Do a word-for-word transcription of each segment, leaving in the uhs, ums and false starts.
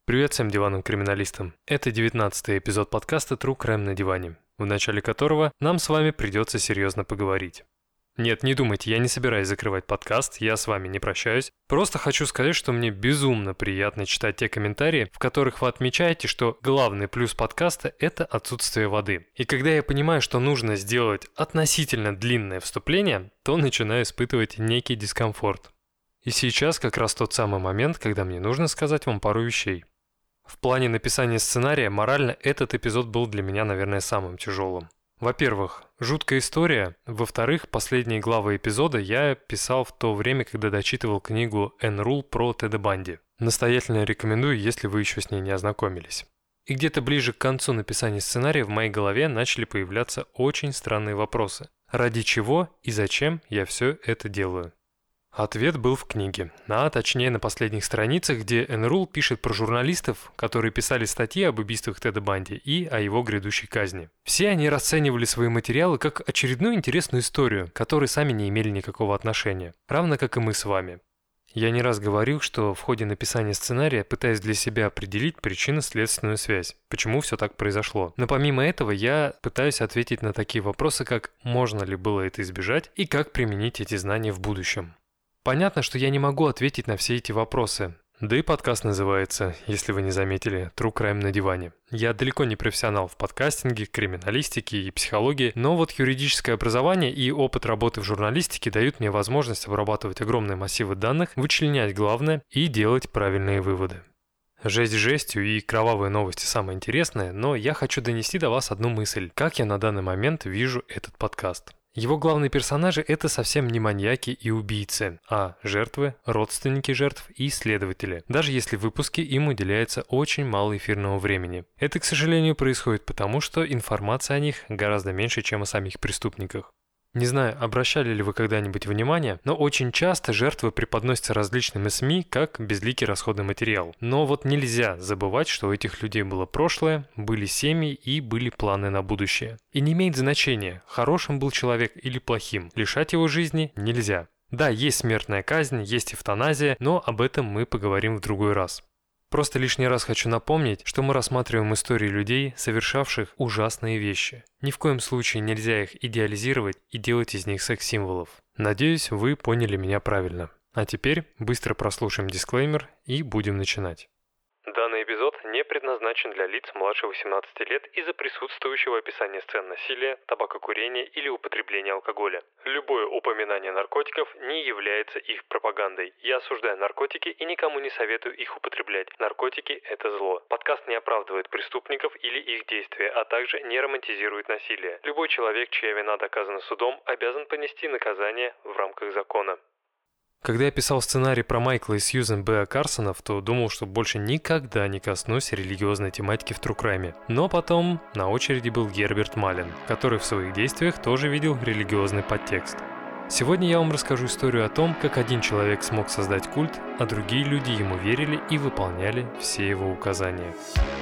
Привет всем диванным криминалистам. Это девятнадцатый эпизод подкаста True Crime на диване, в начале которого нам с вами придется серьезно поговорить. Нет, не думайте, я не собираюсь закрывать подкаст, я с вами не прощаюсь. Просто хочу сказать, что мне безумно приятно читать те комментарии, в которых вы отмечаете, что главный плюс подкаста – это отсутствие воды. И когда я понимаю, что нужно сделать относительно длинное вступление, то начинаю испытывать некий дискомфорт. И сейчас как раз тот самый момент, когда мне нужно сказать вам пару вещей. В плане написания сценария морально этот эпизод был для меня, наверное, самым тяжелым. Во-первых, жуткая история. Во-вторых, последние главы эпизода я писал в то время, когда дочитывал книгу Энн Рул про Теда Банди. Настоятельно рекомендую, если вы еще с ней не ознакомились. И где-то ближе к концу написания сценария в моей голове начали появляться очень странные вопросы. Ради чего и зачем я все это делаю? Ответ был в книге, а точнее на последних страницах, где Энн Рул пишет про журналистов, которые писали статьи об убийствах Теда Банди и о его грядущей казни. Все они расценивали свои материалы как очередную интересную историю, к которой сами не имели никакого отношения, равно как и мы с вами. Я не раз говорил, что в ходе написания сценария пытаюсь для себя определить причинно-следственную связь, почему все так произошло. Но помимо этого я пытаюсь ответить на такие вопросы, как можно ли было это избежать и как применить эти знания в будущем. Понятно, что я не могу ответить на все эти вопросы. Да и подкаст называется, если вы не заметили, True Crime на диване. Я далеко не профессионал в подкастинге, криминалистике и психологии, но вот юридическое образование и опыт работы в журналистике дают мне возможность обрабатывать огромные массивы данных, вычленять главное и делать правильные выводы. Жесть жестью и кровавые новости самое интересное, но я хочу донести до вас одну мысль, как я на данный момент вижу этот подкаст. Его главные персонажи – это совсем не маньяки и убийцы, а жертвы, родственники жертв и следователи, даже если в выпуске им уделяется очень мало эфирного времени. Это, к сожалению, происходит потому, что информации о них гораздо меньше, чем о самих преступниках. Не знаю, обращали ли вы когда-нибудь внимание, но очень часто жертвы преподносятся различными СМИ как безликий расходный материал. Но вот нельзя забывать, что у этих людей было прошлое, были семьи и были планы на будущее. И не имеет значения, хорошим был человек или плохим, лишать его жизни нельзя. Да, есть смертная казнь, есть эвтаназия, но об этом мы поговорим в другой раз. Просто лишний раз хочу напомнить, что мы рассматриваем истории людей, совершавших ужасные вещи. Ни в коем случае нельзя их идеализировать и делать из них секс-символов. Надеюсь, вы поняли меня правильно. А теперь быстро прослушаем дисклеймер и будем начинать. Данный эпизод не предназначен для лиц младше восемнадцати лет из-за присутствующего описания сцен насилия, табакокурения или употребления алкоголя. Любое упоминание наркотиков не является их пропагандой. Я осуждаю наркотики и никому не советую их употреблять. Наркотики – это зло. Подкаст не оправдывает преступников или их действия, а также не романтизирует насилие. Любой человек, чья вина доказана судом, обязан понести наказание в рамках закона. Когда я писал сценарий про Майкла и Сьюзен Б. Карсонов, то думал, что больше никогда не коснусь религиозной тематики в True Crime. Но потом на очереди был Герберт Маллен, который в своих действиях тоже видел религиозный подтекст. Сегодня я вам расскажу историю о том, как один человек смог создать культ, а другие люди ему верили и выполняли все его указания.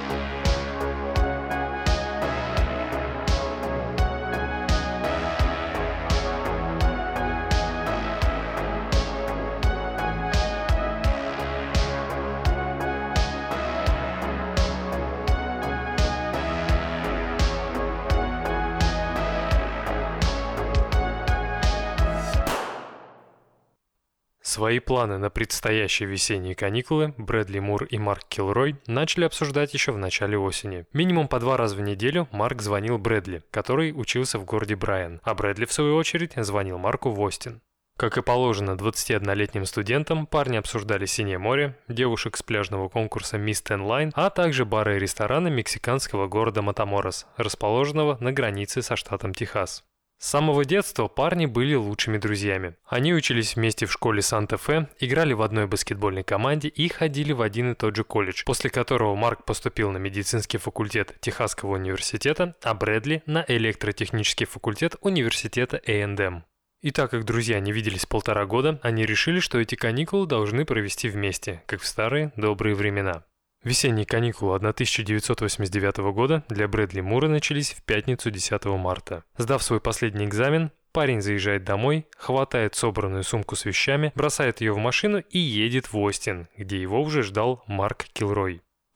Свои планы на предстоящие весенние каникулы Брэдли Мур и Марк Килрой начали обсуждать еще в начале осени. Минимум по два раза в неделю Марк звонил Брэдли, который учился в городе Брайан, а Брэдли, в свою очередь, звонил Марку в Остин. Как и положено двадцатиоднолетним студентам, парни обсуждали Синее море, девушек с пляжного конкурса Miss Ten Line, а также бары и рестораны мексиканского города Матаморос, расположенного на границе со штатом Техас. С самого детства парни были лучшими друзьями. Они учились вместе в школе Санта-Фе, играли в одной баскетбольной команде и ходили в один и тот же колледж, после которого Марк поступил на медицинский факультет Техасского университета, а Брэдли на электротехнический факультет университета Эй энд Эм. И так как друзья не виделись полтора года, они решили, что эти каникулы должны провести вместе, как в старые добрые времена. Весенние каникулы тысяча девятьсот восемьдесят девятого года для Брэдли Мура начались в пятницу десятого марта. Сдав свой последний экзамен, парень заезжает домой, хватает собранную сумку с вещами, бросает ее в машину и едет в Остин, где его уже ждал Марк Килрой.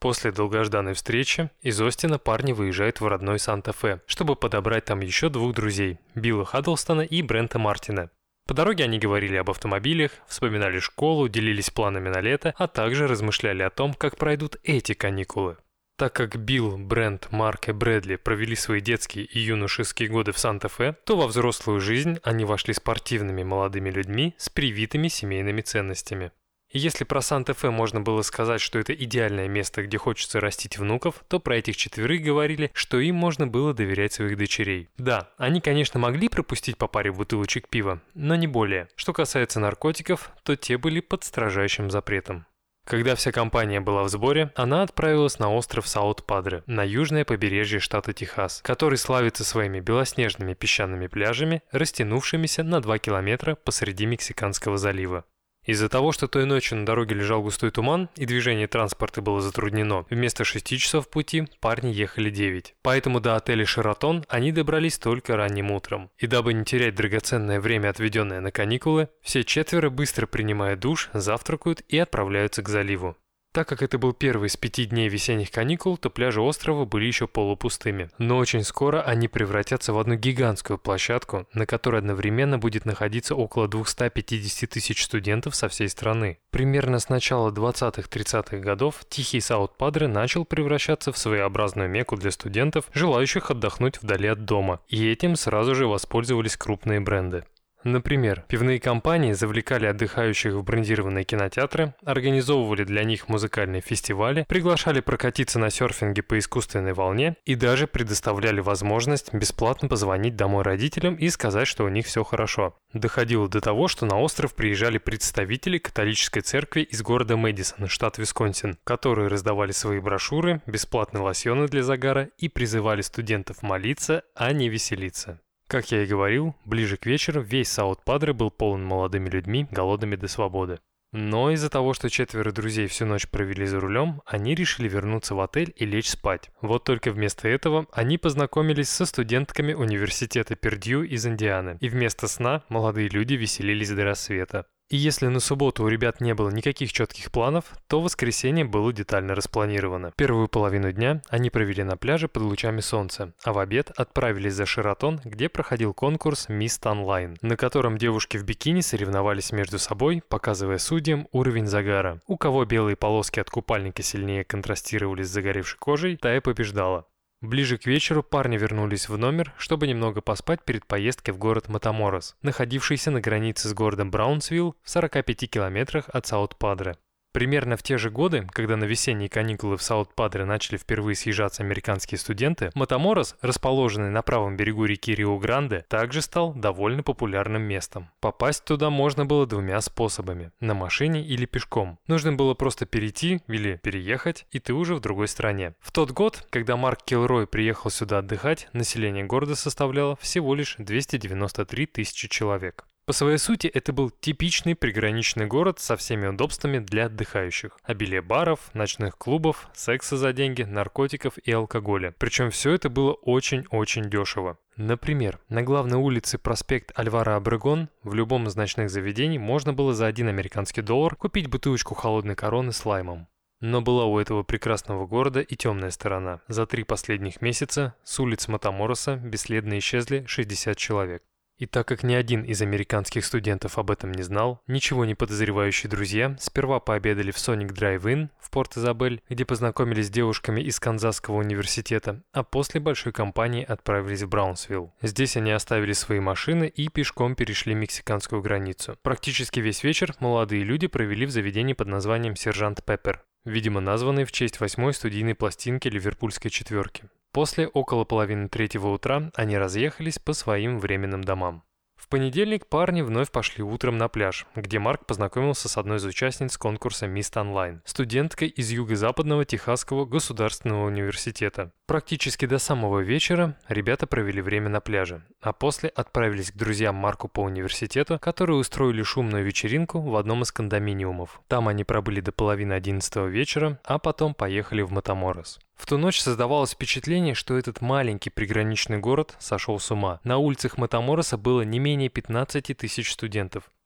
После долгожданной встречи из Остина парни выезжают в родной Санта-Фе, чтобы подобрать там еще двух друзей – Билла Хаддлстона и Брента Мартина. По дороге они говорили об автомобилях, вспоминали школу, делились планами на лето, а также размышляли о том, как пройдут эти каникулы. Так как Билл, Брент, Марк и Брэдли провели свои детские и юношеские годы в Санта-Фе, то во взрослую жизнь они вошли спортивными молодыми людьми с привитыми семейными ценностями. И если про Санта-Фе можно было сказать, что это идеальное место, где хочется растить внуков, то про этих четверых говорили, что им можно было доверять своих дочерей. Да, они, конечно, могли пропустить по паре бутылочек пива, но не более. Что касается наркотиков, то те были под строжайшим запретом. Когда вся компания была в сборе, она отправилась на остров Саут-Падре, на южное побережье штата Техас, который славится своими белоснежными песчаными пляжами, растянувшимися на два километра посреди Мексиканского залива. Из-за того, что той ночью на дороге лежал густой туман и движение транспорта было затруднено, вместо шести часов пути парни ехали девять. Поэтому до отеля «Шератон» они добрались только ранним утром. И дабы не терять драгоценное время, отведенное на каникулы, все четверо быстро принимают душ, завтракают и отправляются к заливу. Так как это был первый из пяти дней весенних каникул, то пляжи острова были еще полупустыми. Но очень скоро они превратятся в одну гигантскую площадку, на которой одновременно будет находиться около двухсот пятидесяти тысяч студентов со всей страны. Примерно с начала двадцатых-тридцатых годов Тихий Саут-Падре начал превращаться в своеобразную мекку для студентов, желающих отдохнуть вдали от дома. И этим сразу же воспользовались крупные бренды. Например, пивные компании завлекали отдыхающих в брендированные кинотеатры, организовывали для них музыкальные фестивали, приглашали прокатиться на серфинге по искусственной волне и даже предоставляли возможность бесплатно позвонить домой родителям и сказать, что у них все хорошо. Доходило до того, что на остров приезжали представители католической церкви из города Мэдисон, штат Висконсин, которые раздавали свои брошюры, бесплатные лосьоны для загара и призывали студентов молиться, а не веселиться. Как я и говорил, ближе к вечеру весь Саут-Падре был полон молодыми людьми, голодными до свободы. Но из-за того, что четверо друзей всю ночь провели за рулем, они решили вернуться в отель и лечь спать. Вот только вместо этого они познакомились со студентками университета Пердью из Индианы, и вместо сна молодые люди веселились до рассвета. И если на субботу у ребят не было никаких четких планов, то воскресенье было детально распланировано. Первую половину дня они провели на пляже под лучами солнца, а в обед отправились за Шератон, где проходил конкурс «Мисс Танлайн», на котором девушки в бикини соревновались между собой, показывая судьям уровень загара. У кого белые полоски от купальника сильнее контрастировали с загоревшей кожей, та и побеждала. Ближе к вечеру парни вернулись в номер, чтобы немного поспать перед поездкой в город Матаморос, находившийся на границе с городом Браунсвилл в сорока пяти километрах от Саут-Падре. Примерно в те же годы, когда на весенние каникулы в Саут-Падре начали впервые съезжаться американские студенты, Матаморос, расположенный на правом берегу реки Рио-Гранде, также стал довольно популярным местом. Попасть туда можно было двумя способами – на машине или пешком. Нужно было просто перейти или переехать, и ты уже в другой стране. В тот год, когда Марк Килрой приехал сюда отдыхать, население города составляло всего лишь двести девяносто три тысячи человек. По своей сути, это был типичный приграничный город со всеми удобствами для отдыхающих. Обилие баров, ночных клубов, секса за деньги, наркотиков и алкоголя. Причем все это было очень-очень дешево. Например, на главной улице проспект Альваро Обрегон в любом из ночных заведений можно было за один американский доллар купить бутылочку холодной короны с лаймом. Но была у этого прекрасного города и темная сторона. За три последних месяца с улиц Матамороса бесследно исчезли шестьдесят человек. И так как ни один из американских студентов об этом не знал, ничего не подозревающие друзья сперва пообедали в Sonic Drive-In в Порт-Изабель, где познакомились с девушками из Канзасского университета, а после большой компании отправились в Браунсвилл. Здесь они оставили свои машины и пешком перешли мексиканскую границу. Практически весь вечер молодые люди провели в заведении под названием «Сержант Пеппер», видимо названной в честь восьмой студийной пластинки ливерпульской четверки. После около половины третьего утра они разъехались по своим временным домам. В понедельник парни вновь пошли утром на пляж, где Марк познакомился с одной из участниц конкурса «Мисс Танлайн», студенткой из Юго-Западного Техасского государственного университета. Практически до самого вечера ребята провели время на пляже, а после отправились к друзьям Марку по университету, которые устроили шумную вечеринку в одном из кондоминиумов. Там они пробыли до половины одиннадцатого вечера, а потом поехали в Матаморос. В ту ночь создавалось впечатление, что этот маленький приграничный город сошел с ума. На улицах Матамороса было не менее пятнадцати тысяч студентов.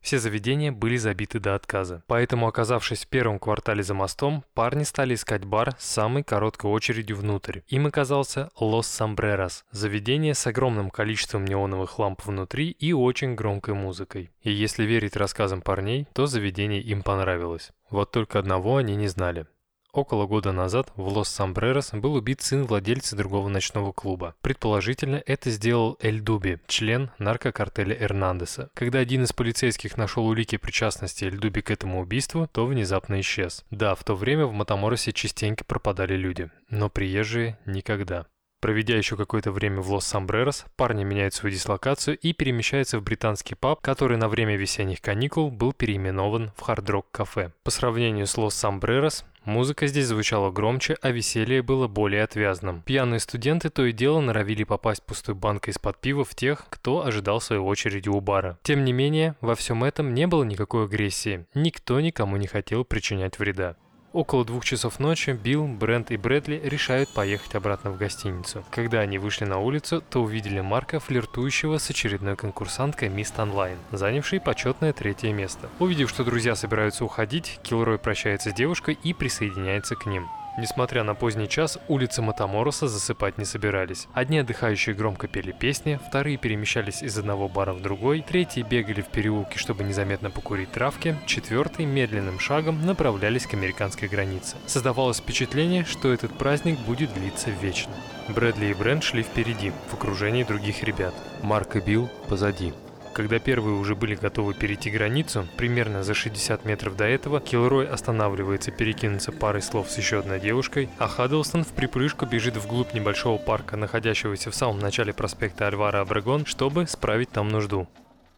Все заведения были забиты до отказа. Поэтому, оказавшись в первом квартале за мостом, парни стали искать бар с самой короткой очередью внутрь. Им оказался Лос Самбрерос – заведение с огромным количеством неоновых ламп внутри и очень громкой музыкой. И если верить рассказам парней, то заведение им понравилось. Вот только одного они не знали. Около года назад в Лос Самбрерос был убит сын владельца другого ночного клуба. Предположительно, это сделал Эль Дуби, член наркокартеля Эрнандеса. Когда один из полицейских нашел улики причастности Эль Дуби к этому убийству, то внезапно исчез. Да, в то время в Матаморосе частенько пропадали люди, но приезжие никогда. Проведя еще какое-то время в Лос Самбрерос, парни меняют свою дислокацию и перемещаются в британский паб, который на время весенних каникул был переименован в Hard Rock Cafe. По сравнению с Лос Самбрерос, музыка здесь звучала громче, а веселье было более отвязным. Пьяные студенты то и дело норовили попасть пустой банкой из-под пива в тех, кто ожидал своей очереди у бара. Тем не менее, во всем этом не было никакой агрессии. Никто никому не хотел причинять вреда. Около двух часов ночи Билл, Брент и Брэдли решают поехать обратно в гостиницу. Когда они вышли на улицу, то увидели Марка, флиртующего с очередной конкурсанткой Мисс Онлайн, занявшей почетное третье место. Увидев, что друзья собираются уходить, Килрой прощается с девушкой и присоединяется к ним. Несмотря на поздний час, улицы Матамороса засыпать не собирались. Одни отдыхающие громко пели песни, вторые перемещались из одного бара в другой, третьи бегали в переулке, чтобы незаметно покурить травки, четвертые медленным шагом направлялись к американской границе. Создавалось впечатление, что этот праздник будет длиться вечно. Брэдли и Брент шли впереди, в окружении других ребят. Марк и Билл позади. Когда первые уже были готовы перейти границу, примерно за шестьдесят метров до этого, Килрой останавливается перекинуться парой слов с еще одной девушкой, а Хаддлстон в припрыжку бежит вглубь небольшого парка, находящегося в самом начале проспекта Альваро Обрегон, чтобы справить там нужду.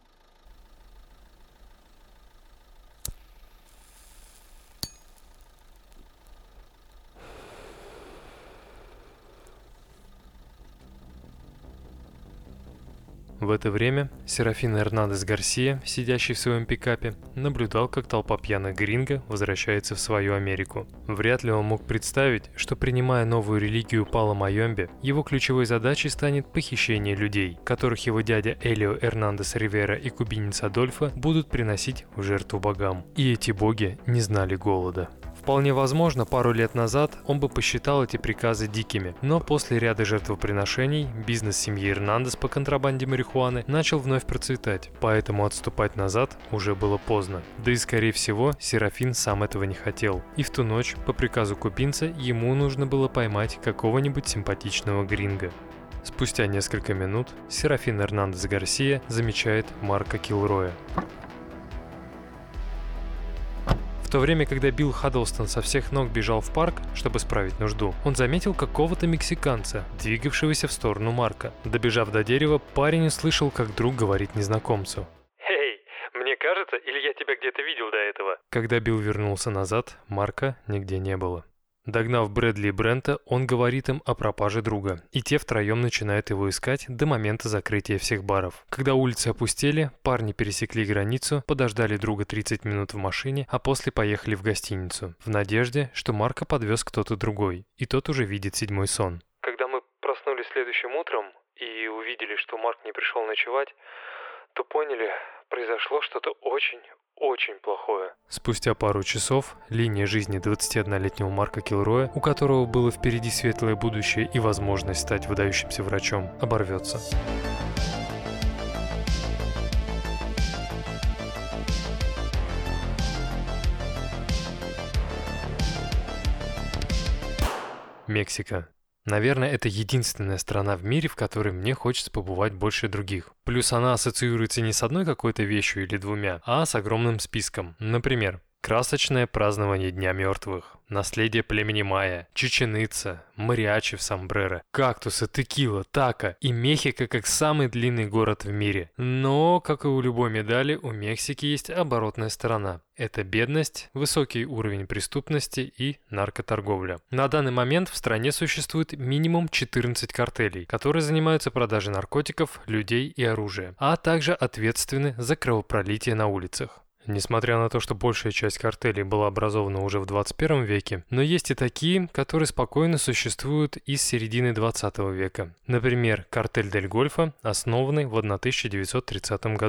В это время Серафин Эрнандес Гарсия, сидящий в своем пикапе, наблюдал, как толпа пьяных гринго возвращается в свою Америку. Вряд ли он мог представить, что, принимая новую религию Пало Майомбе, его ключевой задачей станет похищение людей, которых его дядя Элио Эрнандес Ривера и кубинец Адольфо будут приносить в жертву богам. И эти боги не знали голода. Вполне возможно, пару лет назад он бы посчитал эти приказы дикими, но после ряда жертвоприношений бизнес семьи Эрнандес по контрабанде марихуаны начал вновь процветать, поэтому отступать назад уже было поздно. Да и скорее всего, Серафин сам этого не хотел. И в ту ночь, по приказу кубинца, ему нужно было поймать какого-нибудь симпатичного гринго. Спустя несколько минут Серафин Эрнандес Гарсия замечает Марка Килроя. В то время, когда Билл Хаддлстон со всех ног бежал в парк, чтобы справить нужду, он заметил какого-то мексиканца, двигавшегося в сторону Марка. Добежав до дерева, парень услышал, как друг говорит незнакомцу: «Эй, мне кажется, или я тебя где-то видел до этого?» Когда Билл вернулся назад, Марка нигде не было. Догнав Брэдли и Брента, он говорит им о пропаже друга, и те втроем начинают его искать до момента закрытия всех баров. Когда улицы опустели, парни пересекли границу, подождали друга тридцать минут в машине, а после поехали в гостиницу, в надежде, что Марка подвез кто-то другой, и тот уже видит седьмой сон. Когда мы проснулись следующим утром и увидели, что Марк не пришел ночевать, то поняли, произошло что-то очень... очень плохое. Спустя пару часов линия жизни двадцатиоднолетнего Марка Килроя, у которого было впереди светлое будущее и возможность стать выдающимся врачом, оборвется. Мексика. Наверное, это единственная страна в мире, в которой мне хочется побывать больше других. Плюс она ассоциируется не с одной какой-то вещью или двумя, а с огромным списком. Например, красочное празднование Дня мертвых, наследие племени майя, Чичен Ица, мариачи в сомбреро, кактусы, текила, тако и Мехико как самый длинный город в мире. Но, как и у любой медали, у Мексики есть оборотная сторона. Это бедность, высокий уровень преступности и наркоторговля. На данный момент в стране существует минимум четырнадцать картелей, которые занимаются продажей наркотиков, людей и оружия, а также ответственны за кровопролитие на улицах. Несмотря на то, что большая часть картелей была образована уже в двадцать первом веке, но есть и такие, которые спокойно существуют и с середины двадцатого века. Например, картель Дель Гольфа, основанный в тысяча девятьсот тридцатом году.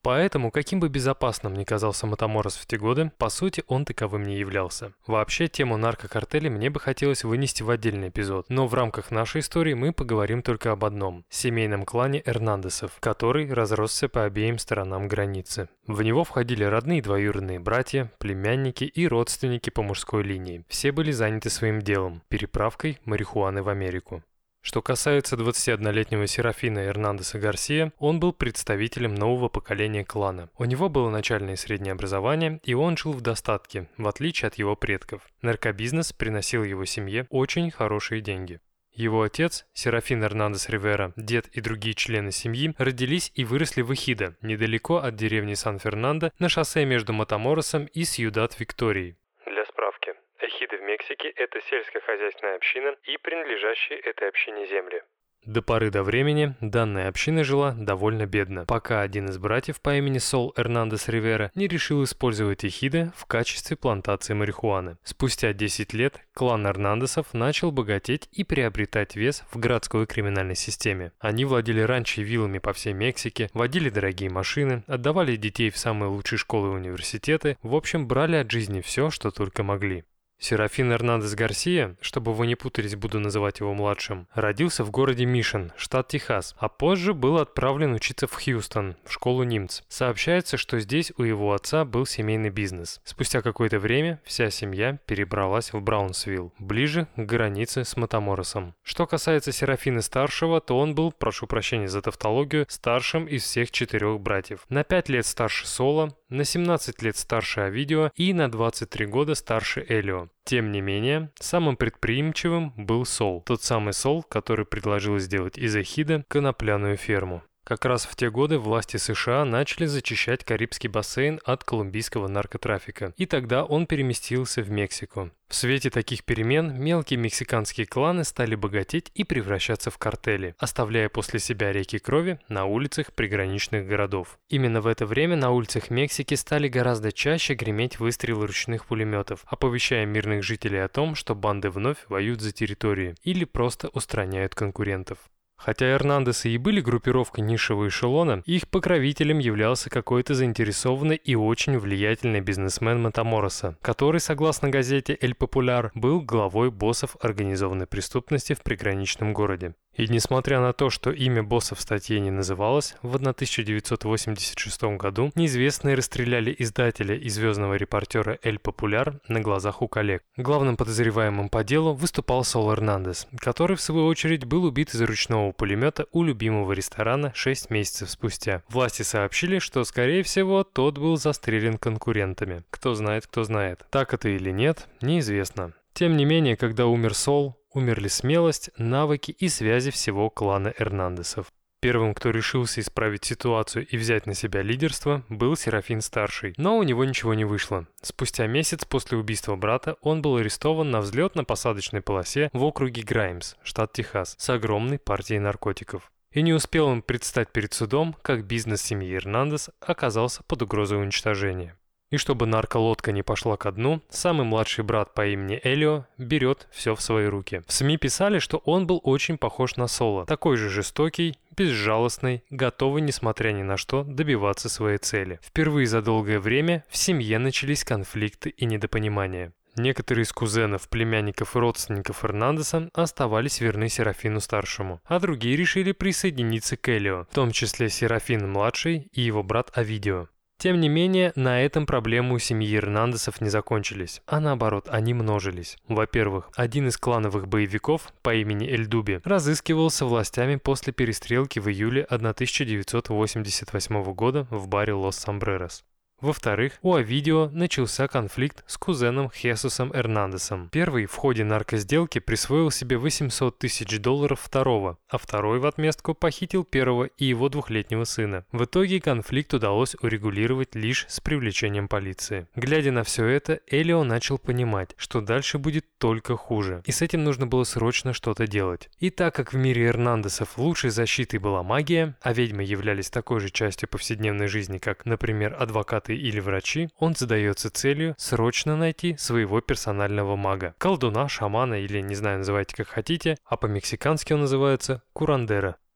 Поэтому, каким бы безопасным ни казался Матаморос в те годы, по сути он таковым не являлся. Вообще, тему наркокартелей мне бы хотелось вынести в отдельный эпизод, но в рамках нашей истории мы поговорим только об одном – семейном клане Эрнандесов, который разросся по обеим сторонам границы. В него входили родные и двоюродные братья, племянники и родственники по мужской линии. Все были заняты своим делом – переправкой марихуаны в Америку. Что касается двадцатиоднолетнего Серафина Эрнандеса Гарсия, он был представителем нового поколения клана. У него было начальное и среднее образование, и он жил в достатке, в отличие от его предков. Наркобизнес приносил его семье очень хорошие деньги. Его отец, Серафин Эрнандес Ривера, дед и другие члены семьи родились и выросли в Эхидо, недалеко от деревни Сан-Фернандо, на шоссе между Матаморосом и Сьюдад-Викторией. Для справки. Эхидо в Мексике – это сельскохозяйственная община и принадлежащие этой общине земли. До поры до времени данная община жила довольно бедно, пока один из братьев по имени Сол Эрнандес Ривера не решил использовать Эхидо в качестве плантации марихуаны. Спустя десять лет клан Эрнандесов начал богатеть и приобретать вес в городской криминальной системе. Они владели ранчо и виллами по всей Мексике, водили дорогие машины, отдавали детей в самые лучшие школы и университеты, в общем, брали от жизни все, что только могли. Серафин Эрнандес Гарсия, чтобы вы не путались, буду называть его младшим, родился в городе Мишен, штат Техас, а позже был отправлен учиться в Хьюстон, в школу Нимц. Сообщается, что здесь у его отца был семейный бизнес. Спустя какое-то время вся семья перебралась в Браунсвилл, ближе к границе с Матаморосом. Что касается Серафина старшего, то он был, прошу прощения за тавтологию, старшим из всех четырех братьев. На пять лет старше Сола, на семнадцать лет старше Овидио и на двадцать три года старше Элио. Тем не менее, самым предприимчивым был Сол, тот самый Сол, который предложил сделать из Эхидо конопляную ферму. Как раз в те годы власти США начали зачищать Карибский бассейн от колумбийского наркотрафика, и тогда он переместился в Мексику. В свете таких перемен мелкие мексиканские кланы стали богатеть и превращаться в картели, оставляя после себя реки крови на улицах приграничных городов. Именно в это время на улицах Мексики стали гораздо чаще греметь выстрелы ручных пулеметов, оповещая мирных жителей о том, что банды вновь воюют за территорию или просто устраняют конкурентов. Хотя Эрнандесы и были группировкой низшего эшелона, их покровителем являлся какой-то заинтересованный и очень влиятельный бизнесмен Матамороса, который, согласно газете «Эль Популяр», был главой боссов организованной преступности в приграничном городе. И несмотря на то, что имя босса в статье не называлось, в тысяча девятьсот восемьдесят шестом году неизвестные расстреляли издателя и звездного репортера «Эль Популяр» на глазах у коллег. Главным подозреваемым по делу выступал Сол Эрнандес, который в свою очередь был убит из ручного пулемета у любимого ресторана шесть месяцев спустя. Власти сообщили, что, скорее всего, тот был застрелен конкурентами. Кто знает, кто знает. Так это или нет, неизвестно. Тем не менее, когда умер Сол, умерли смелость, навыки и связи всего клана Эрнандесов. Первым, кто решился исправить ситуацию и взять на себя лидерство, был Серафин-старший, но у него ничего не вышло. Спустя месяц после убийства брата он был арестован на взлетно-посадочной полосе в округе Граймс, штат Техас, с огромной партией наркотиков. И не успел он предстать перед судом, как бизнес семьи Эрнандес оказался под угрозой уничтожения. И чтобы нарколодка не пошла ко дну, самый младший брат по имени Элио берет все в свои руки. В СМИ писали, что он был очень похож на Сола, такой же жестокий, безжалостный, готовый, несмотря ни на что, добиваться своей цели. Впервые за долгое время в семье начались конфликты и недопонимания. Некоторые из кузенов, племянников и родственников Эрнандеса оставались верны Серафину-старшему, а другие решили присоединиться к Элио, в том числе Серафин-младший и его брат Овидио. Тем не менее, на этом проблемы у семьи Эрнандесов не закончились, а наоборот, они множились. Во-первых, один из клановых боевиков по имени Эль Дуби разыскивался властями после перестрелки в июле тысяча девятьсот восемьдесят восьмого года в баре Лос Сомбрерос. Во-вторых, у Овидио начался конфликт с кузеном Хесусом Эрнандесом. Первый в ходе наркосделки присвоил себе восемьсот тысяч долларов второго, а второй в отместку похитил первого и его двухлетнего сына. В итоге конфликт удалось урегулировать лишь с привлечением полиции. Глядя на все это, Элио начал понимать, что дальше будет только хуже, и с этим нужно было срочно что-то делать. И так как в мире Эрнандесов лучшей защитой была магия, а ведьмы являлись такой же частью повседневной жизни, как, например, адвокаты или врачи, он задается целью срочно найти своего персонального мага. Колдуна, шамана или, не знаю, называйте как хотите, а по-мексикански он называется курандера.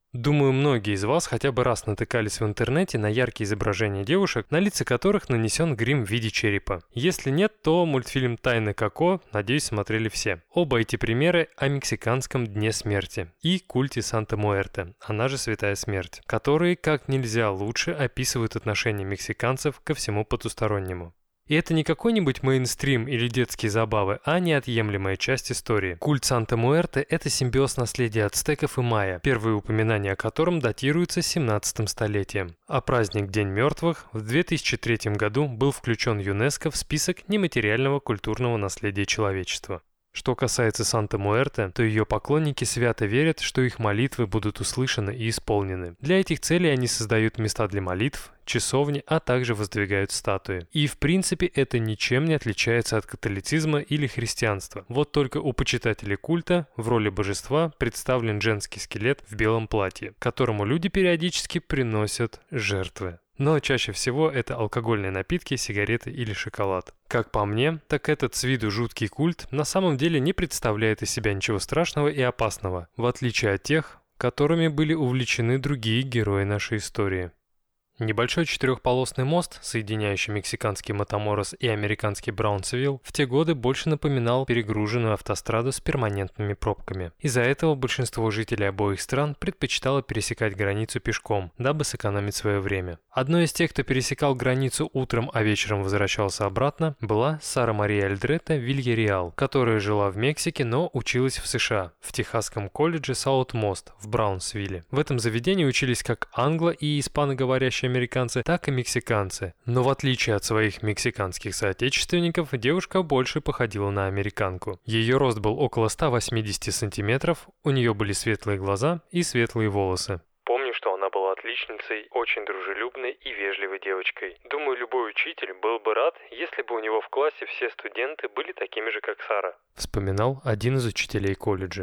Думаю, многие из вас хотя бы раз натыкались в интернете на яркие изображения девушек, на лица которых нанесен грим в виде черепа. Если нет, то мультфильм «Тайны Коко», надеюсь, смотрели все. Оба эти примеры о мексиканском Дне Смерти и культе Санта-Муэрте, она же Святая Смерть, которые как нельзя лучше описывают отношение мексиканцев ко всему потустороннему. И это не какой-нибудь мейнстрим или детские забавы, а неотъемлемая часть истории. Культ Санта-Муэрте – это симбиоз наследия ацтеков и майя, первые упоминания о котором датируются семнадцатым столетием. А праздник День мертвых в две тысячи третьем году был включен ЮНЕСКО в список нематериального культурного наследия человечества. Что касается Санта-Муэрте, то ее поклонники свято верят, что их молитвы будут услышаны и исполнены. Для этих целей они создают места для молитв, часовни, а также воздвигают статуи. И в принципе это ничем не отличается от католицизма или христианства. Вот только у почитателей культа в роли божества представлен женский скелет в белом платье, которому люди периодически приносят жертвы. Но чаще всего это алкогольные напитки, сигареты или шоколад. Как по мне, так этот с виду жуткий культ на самом деле не представляет из себя ничего страшного и опасного, в отличие от тех, которыми были увлечены другие герои нашей истории. Небольшой четырехполосный мост, соединяющий мексиканский Матаморос и американский Браунсвилл, в те годы больше напоминал перегруженную автостраду с перманентными пробками. Из-за этого большинство жителей обоих стран предпочитало пересекать границу пешком, дабы сэкономить свое время. Одной из тех, кто пересекал границу утром, а вечером возвращался обратно, была Сара Мария Альдретта Вильяреал, которая жила в Мексике, но училась в США, в Техасском колледже Саут-Мост в Браунсвилле. В этом заведении учились как англо- и испаноговорящие американцы, так и мексиканцы. Но в отличие от своих мексиканских соотечественников, девушка больше походила на американку. Ее рост был около ста восьмидесяти сантиметров, у нее были светлые глаза и светлые волосы. Помню, что она была отличницей, очень дружелюбной и вежливой девочкой. Думаю, любой учитель был бы рад, если бы у него в классе все студенты были такими же, как Сара. Вспоминал один из учителей колледжа.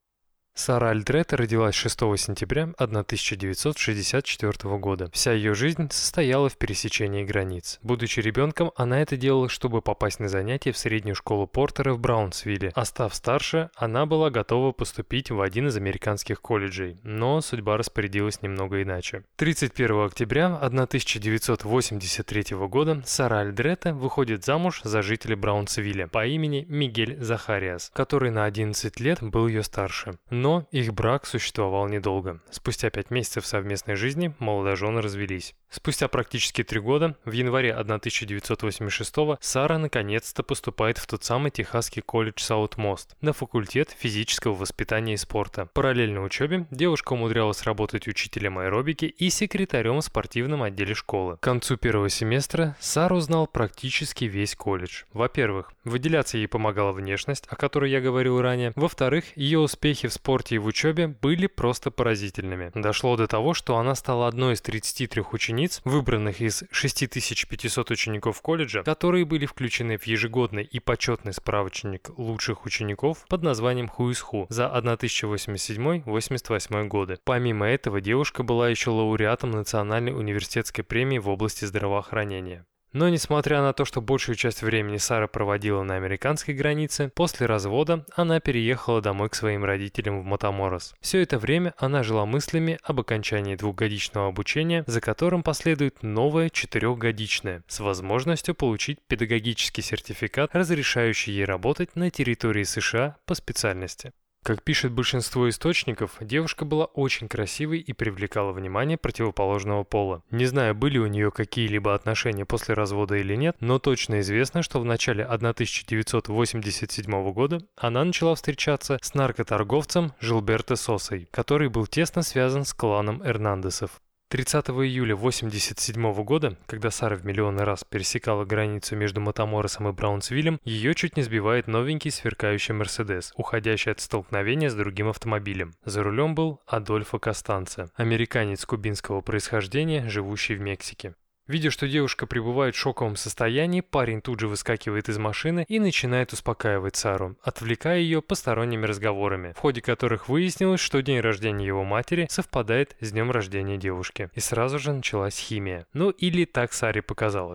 Сара Альдретта родилась шестого сентября тысяча девятьсот шестьдесят четвёртого года. Вся ее жизнь состояла в пересечении границ. Будучи ребенком, она это делала, чтобы попасть на занятия в среднюю школу Портера в Браунсвилле. А став старше, она была готова поступить в один из американских колледжей, но судьба распорядилась немного иначе. тридцать первого октября тысяча девятьсот восемьдесят третьего года Сара Альдретта выходит замуж за жителя Браунсвилля по имени Мигель Захариас, который на одиннадцать лет был ее старше. Но их брак существовал недолго. Спустя пять месяцев совместной жизни молодожены развелись. Спустя практически три года, в январе тысяча девятьсот восемьдесят шестого, Сара наконец-то поступает в тот самый Техасский колледж Саут-Мост на факультет физического воспитания и спорта. Параллельно учебе девушка умудрялась работать учителем аэробики и секретарем в спортивном отделе школы. К концу первого семестра Сара узнал практически весь колледж. Во-первых, выделяться ей помогала внешность, о которой я говорил ранее. Во-вторых, ее успехи в спорте и в учебе были просто поразительными. Дошло до того, что она стала одной из тридцати трёх учениц, выбранных из шесть тысяч пятисот учеников колледжа, которые были включены в ежегодный и почетный справочник лучших учеников под названием Who is Who за тысяча восемьдесят седьмой — восемьдесят восьмой годы. Помимо этого, девушка была еще лауреатом Национальной университетской премии в области здравоохранения. Но несмотря на то, что большую часть времени Сара проводила на американской границе, после развода она переехала домой к своим родителям в Матаморос. Все это время она жила мыслями об окончании двухгодичного обучения, за которым последует новое четырехгодичное, с возможностью получить педагогический сертификат, разрешающий ей работать на территории США по специальности. Как пишет большинство источников, девушка была очень красивой и привлекала внимание противоположного пола. Не знаю, были у нее какие-либо отношения после развода или нет, но точно известно, что в начале тысяча девятьсот восемьдесят седьмого года она начала встречаться с наркоторговцем Жилберто Сосой, который был тесно связан с кланом Эрнандесов. тридцатого июля восемьдесят седьмого года, когда Сара в миллионный раз пересекала границу между Матаморосом и Браунсвиллем, ее чуть не сбивает новенький сверкающий Мерседес, уходящий от столкновения с другим автомобилем. За рулем был Адольфо Костанца, американец кубинского происхождения, живущий в Мексике. Видя, что девушка пребывает в шоковом состоянии, парень тут же выскакивает из машины и начинает успокаивать Сару, отвлекая ее посторонними разговорами, в ходе которых выяснилось, что день рождения его матери совпадает с днем рождения девушки. И сразу же началась химия. Ну или так Саре показалось.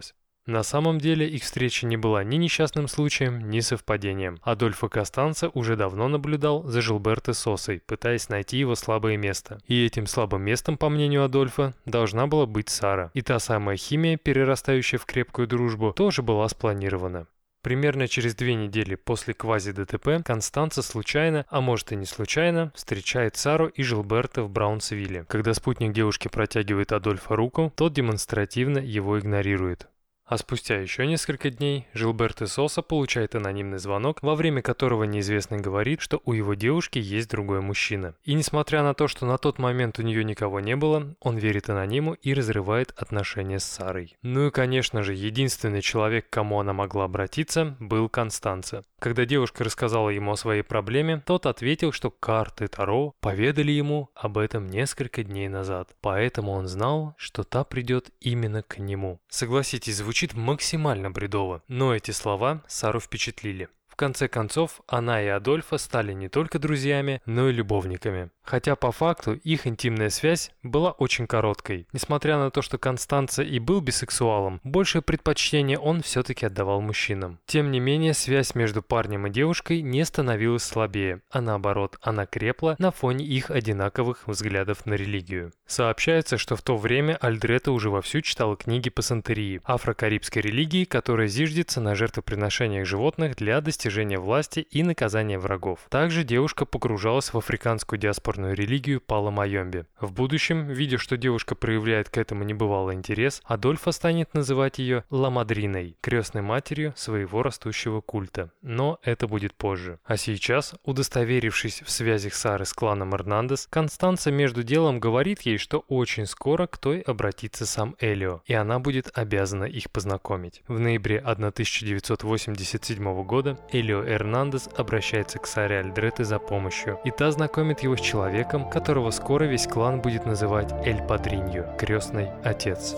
На самом деле их встреча не была ни несчастным случаем, ни совпадением. Адольфо Костанца уже давно наблюдал за Жилберто Сосой, пытаясь найти его слабое место. И этим слабым местом, по мнению Адольфо, должна была быть Сара. И та самая химия, перерастающая в крепкую дружбу, тоже была спланирована. Примерно через две недели после квази-ДТП Констанца случайно, а может и не случайно, встречает Сару и Жилберто в Браунсвилле. Когда спутник девушки протягивает Адольфо руку, тот демонстративно его игнорирует. А спустя еще несколько дней Жилберто Соса получает анонимный звонок, во время которого неизвестный говорит, что у его девушки есть другой мужчина. И несмотря на то, что на тот момент у нее никого не было, он верит анониму и разрывает отношения с Сарой. Ну и конечно же, единственный человек, к кому она могла обратиться, был Констанца. Когда девушка рассказала ему о своей проблеме, тот ответил, что карты Таро поведали ему об этом несколько дней назад. Поэтому он знал, что та придет именно к нему. Согласитесь, звучит Звучит максимально бредово, но эти слова Сару впечатлили. В конце концов, она и Адольфо стали не только друзьями, но и любовниками. Хотя по факту их интимная связь была очень короткой. Несмотря на то, что Констанца и был бисексуалом, большее предпочтение он все-таки отдавал мужчинам. Тем не менее, связь между парнем и девушкой не становилась слабее, а наоборот, она крепла на фоне их одинаковых взглядов на религию. Сообщается, что в то время Альдретто уже вовсю читала книги по сантерии, афро-карибской религии, которая зиждется на жертвоприношениях животных для достижения власти и наказания врагов. Также девушка погружалась в африканскую диаспорную религию Пало Майомбе. В будущем, видя, что девушка проявляет к этому небывалый интерес, Адольфо станет называть ее Ла Мадриной, крестной матерью своего растущего культа. Но это будет позже. А сейчас, удостоверившись в связях Сары с кланом Эрнандес, Констанца между делом говорит ей, что очень скоро к той обратится сам Элио, и она будет обязана их познакомить. В ноябре тысяча девятьсот восемьдесят седьмого года Элио Эрнандес обращается к Саре Альдретто за помощью, и та знакомит его с человеком, которого скоро весь клан будет называть Эль Падриньо, крестный отец.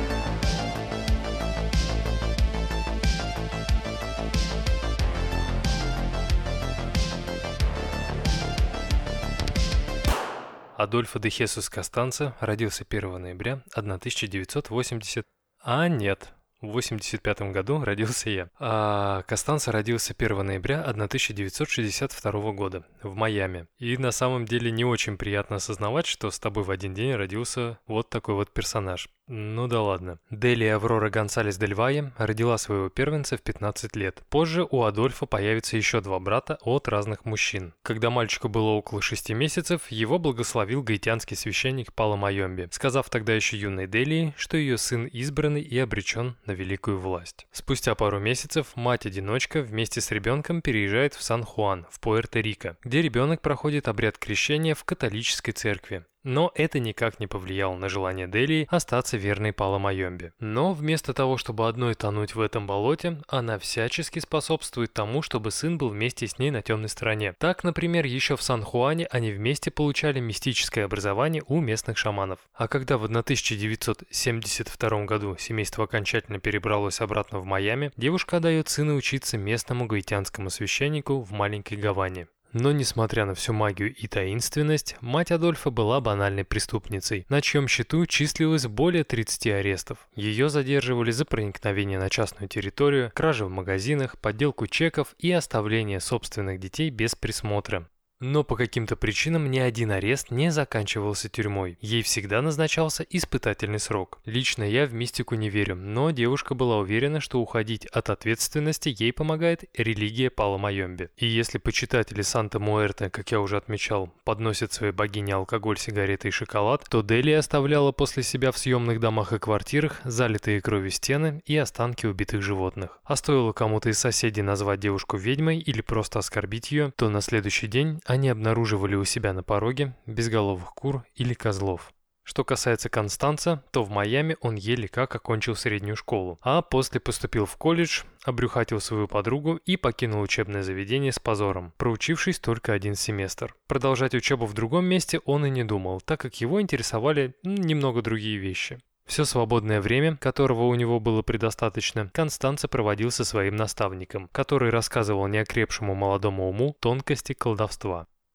Адольфо де Хесус Костанца родился первого ноября тысяча девятьсот восьмидесятого. А нет, в восемьдесят пятом году родился я. А Костанца родился первого ноября тысяча девятьсот шестьдесят второго года в Майами. И на самом деле не очень приятно осознавать, что с тобой в один день родился вот такой вот персонаж. Ну да ладно. Делия Аврора Гонсалес дель Вайе родила своего первенца в пятнадцать лет. Позже у Адольфо появится еще два брата от разных мужчин. Когда мальчику было около шести месяцев, его благословил гаитянский священник Пало Майомбе, сказав тогда еще юной Делии, что ее сын избранный и обречен на великую власть. Спустя пару месяцев мать-одиночка вместе с ребенком переезжает в Сан-Хуан, в Пуэрто-Рико, где ребенок проходит обряд крещения в католической церкви. Но это никак не повлияло на желание Делии остаться верной Пало Майомбе. Но вместо того, чтобы одной тонуть в этом болоте, она всячески способствует тому, чтобы сын был вместе с ней на темной стороне. Так, например, еще в Сан-Хуане они вместе получали мистическое образование у местных шаманов. А когда в тысяча девятьсот семьдесят втором году семейство окончательно перебралось обратно в Майами, девушка отдает сына учиться местному гаитянскому священнику в маленькой Гаване. Но, несмотря на всю магию и таинственность, мать Адольфо была банальной преступницей, на чьем счету числилось более тридцати арестов. Ее задерживали за проникновение на частную территорию, кражи в магазинах, подделку чеков и оставление собственных детей без присмотра. Но по каким-то причинам ни один арест не заканчивался тюрьмой. Ей всегда назначался испытательный срок. Лично я в мистику не верю, но девушка была уверена, что уходить от ответственности ей помогает религия Пало Майомбе. И если почитатели Санта-Муэрте, как я уже отмечал, подносят своей богине алкоголь, сигареты и шоколад, то Делия оставляла после себя в съемных домах и квартирах залитые кровью стены и останки убитых животных. А стоило кому-то из соседей назвать девушку ведьмой или просто оскорбить ее, то на следующий день они обнаруживали у себя на пороге безголовых кур или козлов. Что касается Констанца, то в Майами он еле как окончил среднюю школу, а после поступил в колледж, обрюхатил свою подругу и покинул учебное заведение с позором, проучившись только один семестр. Продолжать учебу в другом месте он и не думал, так как его интересовали немного другие вещи. Все свободное время, которого у него было предостаточно, Констанца проводил со своим наставником, который рассказывал неокрепшему молодому уму тонкости колдовства.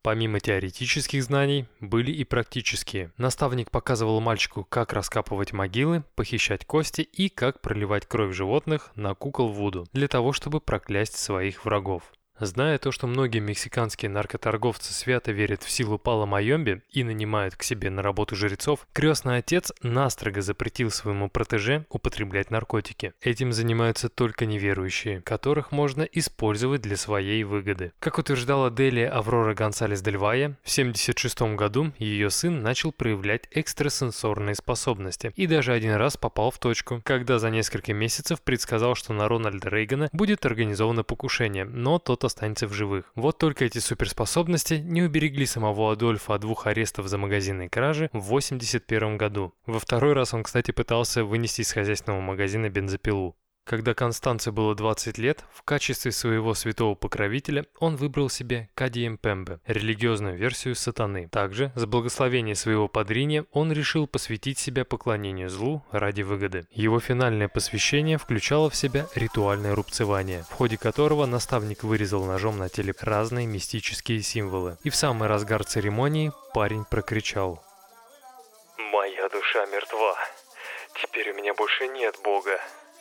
Помимо теоретических знаний, были и практические. Наставник показывал мальчику, как раскапывать могилы, похищать кости и как проливать кровь животных на кукол Вуду, для того, чтобы проклясть своих врагов. Зная то, что многие мексиканские наркоторговцы свято верят в силу Пала Майомбе и нанимают к себе на работу жрецов, крестный отец настрого запретил своему протеже употреблять наркотики. Этим занимаются только неверующие, которых можно использовать для своей выгоды. Как утверждала Делия Аврора Гонсалес дель Валле, в семьдесят шестом году ее сын начал проявлять экстрасенсорные способности и даже один раз попал в точку, когда за несколько месяцев предсказал, что на Рональда Рейгана будет организовано покушение, но тот останется в живых. Вот только эти суперспособности не уберегли самого Адольфа от двух арестов за магазинные кражи в восемьдесят первом году. Во второй раз он, кстати, пытался вынести из хозяйственного магазина бензопилу. Когда Констанце было двадцать лет, в качестве своего святого покровителя он выбрал себе Кадиемпембе, религиозную версию сатаны. Также, с благословения своего падриня, он решил посвятить себя поклонению злу ради выгоды. Его финальное посвящение включало в себя ритуальное рубцевание, в ходе которого наставник вырезал ножом на теле разные мистические символы. И в самый разгар церемонии парень прокричал: «Моя душа мертва. Теперь у меня больше нет Бога».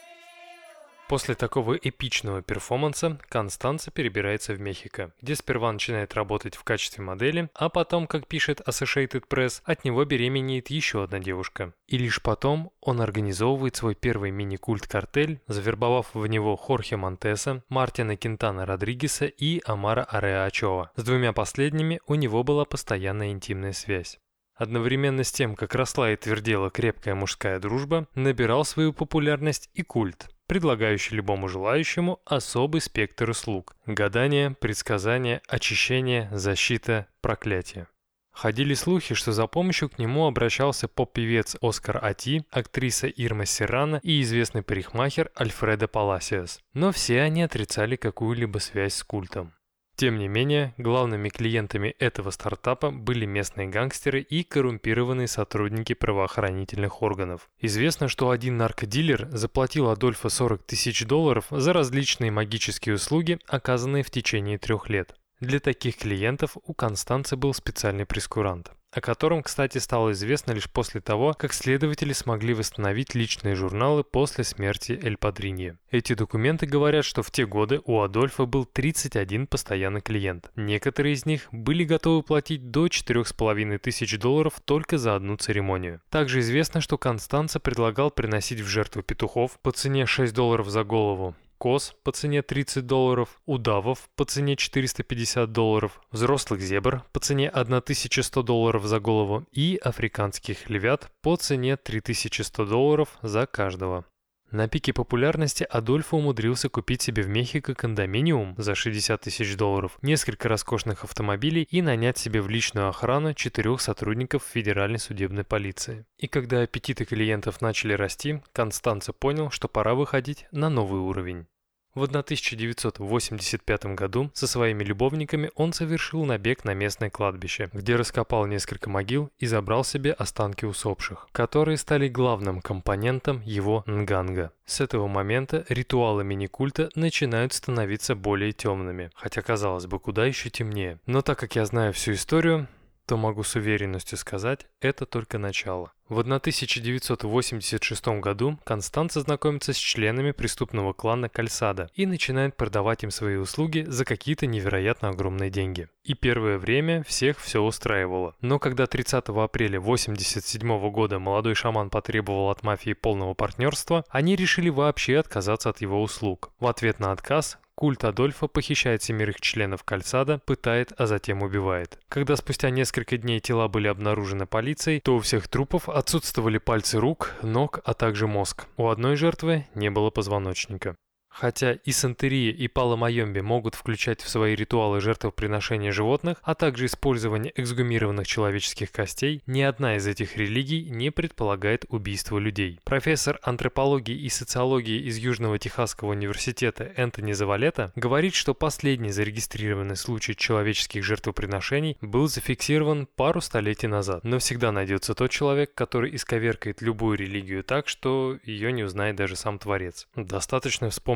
После такого эпичного перформанса Констанца перебирается в Мехико, где сперва начинает работать в качестве модели, а потом, как пишет Associated Press, от него беременеет еще одна девушка. И лишь потом он организовывает свой первый мини-культ-картель, завербовав в него Хорхе Монтеса, Мартина Кентана Родригеса и Амара Ареа Ачоа. С двумя последними у него была постоянная интимная связь. Одновременно с тем, как росла и твердела крепкая мужская дружба, набирал свою популярность и культ, предлагающий любому желающему особый спектр услуг – гадание, предсказание, очищение, защита, проклятие. Ходили слухи, что за помощью к нему обращался поп-певец Оскар Ати, актриса Ирма Серрано и известный парикмахер Альфредо Паласиос. Но все они отрицали какую-либо связь с культом. Тем не менее, главными клиентами этого стартапа были местные гангстеры и коррумпированные сотрудники правоохранительных органов. Известно, что один наркодилер заплатил Адольфо сорок тысяч долларов за различные магические услуги, оказанные в течение трех лет. Для таких клиентов у Констанцы был специальный прескурант, о котором, кстати, стало известно лишь после того, как следователи смогли восстановить личные журналы после смерти Эль Падриньо. Эти документы говорят, что в те годы у Адольфа был тридцать один постоянный клиент. Некоторые из них были готовы платить до четырёх с половиной тысяч долларов только за одну церемонию. Также известно, что Констанца предлагал приносить в жертву петухов по цене шесть долларов за голову, коз по цене тридцать долларов, удавов по цене четыреста пятьдесят долларов, взрослых зебр по цене тысяча сто долларов за голову и африканских львят по цене три тысячи сто долларов за каждого. На пике популярности Адольфо умудрился купить себе в Мехико кондоминиум за шестьдесят тысяч долларов, несколько роскошных автомобилей и нанять себе в личную охрану четырех сотрудников федеральной судебной полиции. И когда аппетиты клиентов начали расти, Констанца понял, что пора выходить на новый уровень. В тысяча девятьсот восемьдесят пятом году со своими любовниками он совершил набег на местное кладбище, где раскопал несколько могил и забрал себе останки усопших, которые стали главным компонентом его нганга. С этого момента ритуалы мини-культа начинают становиться более темными, хотя, казалось бы, куда еще темнее. Но так как я знаю всю историю, то могу с уверенностью сказать, это только начало. В тысяча девятьсот восемьдесят шестом году Констанца знакомится с членами преступного клана Кальсада и начинает продавать им свои услуги за какие-то невероятно огромные деньги. И первое время всех все устраивало. Но когда тридцатого апреля восемьдесят седьмого года молодой шаман потребовал от мафии полного партнерства, они решили вообще отказаться от его услуг. В ответ на отказ культ Адольфа похищает семерых членов Кальсада, пытает, а затем убивает. Когда спустя несколько дней тела были обнаружены полицией, то у всех трупов отсутствовали пальцы рук, ног, а также мозг. У одной жертвы не было позвоночника. Хотя и сантерия, и Пало Майомбе могут включать в свои ритуалы жертвоприношения животных, а также использование эксгумированных человеческих костей, ни одна из этих религий не предполагает убийство людей. Профессор антропологии и социологии из Южного Техасского университета Энтони Завалета говорит, что последний зарегистрированный случай человеческих жертвоприношений был зафиксирован пару столетий назад. Но всегда найдется тот человек, который исковеркает любую религию так, что ее не узнает даже сам Творец. Достаточно вспомнить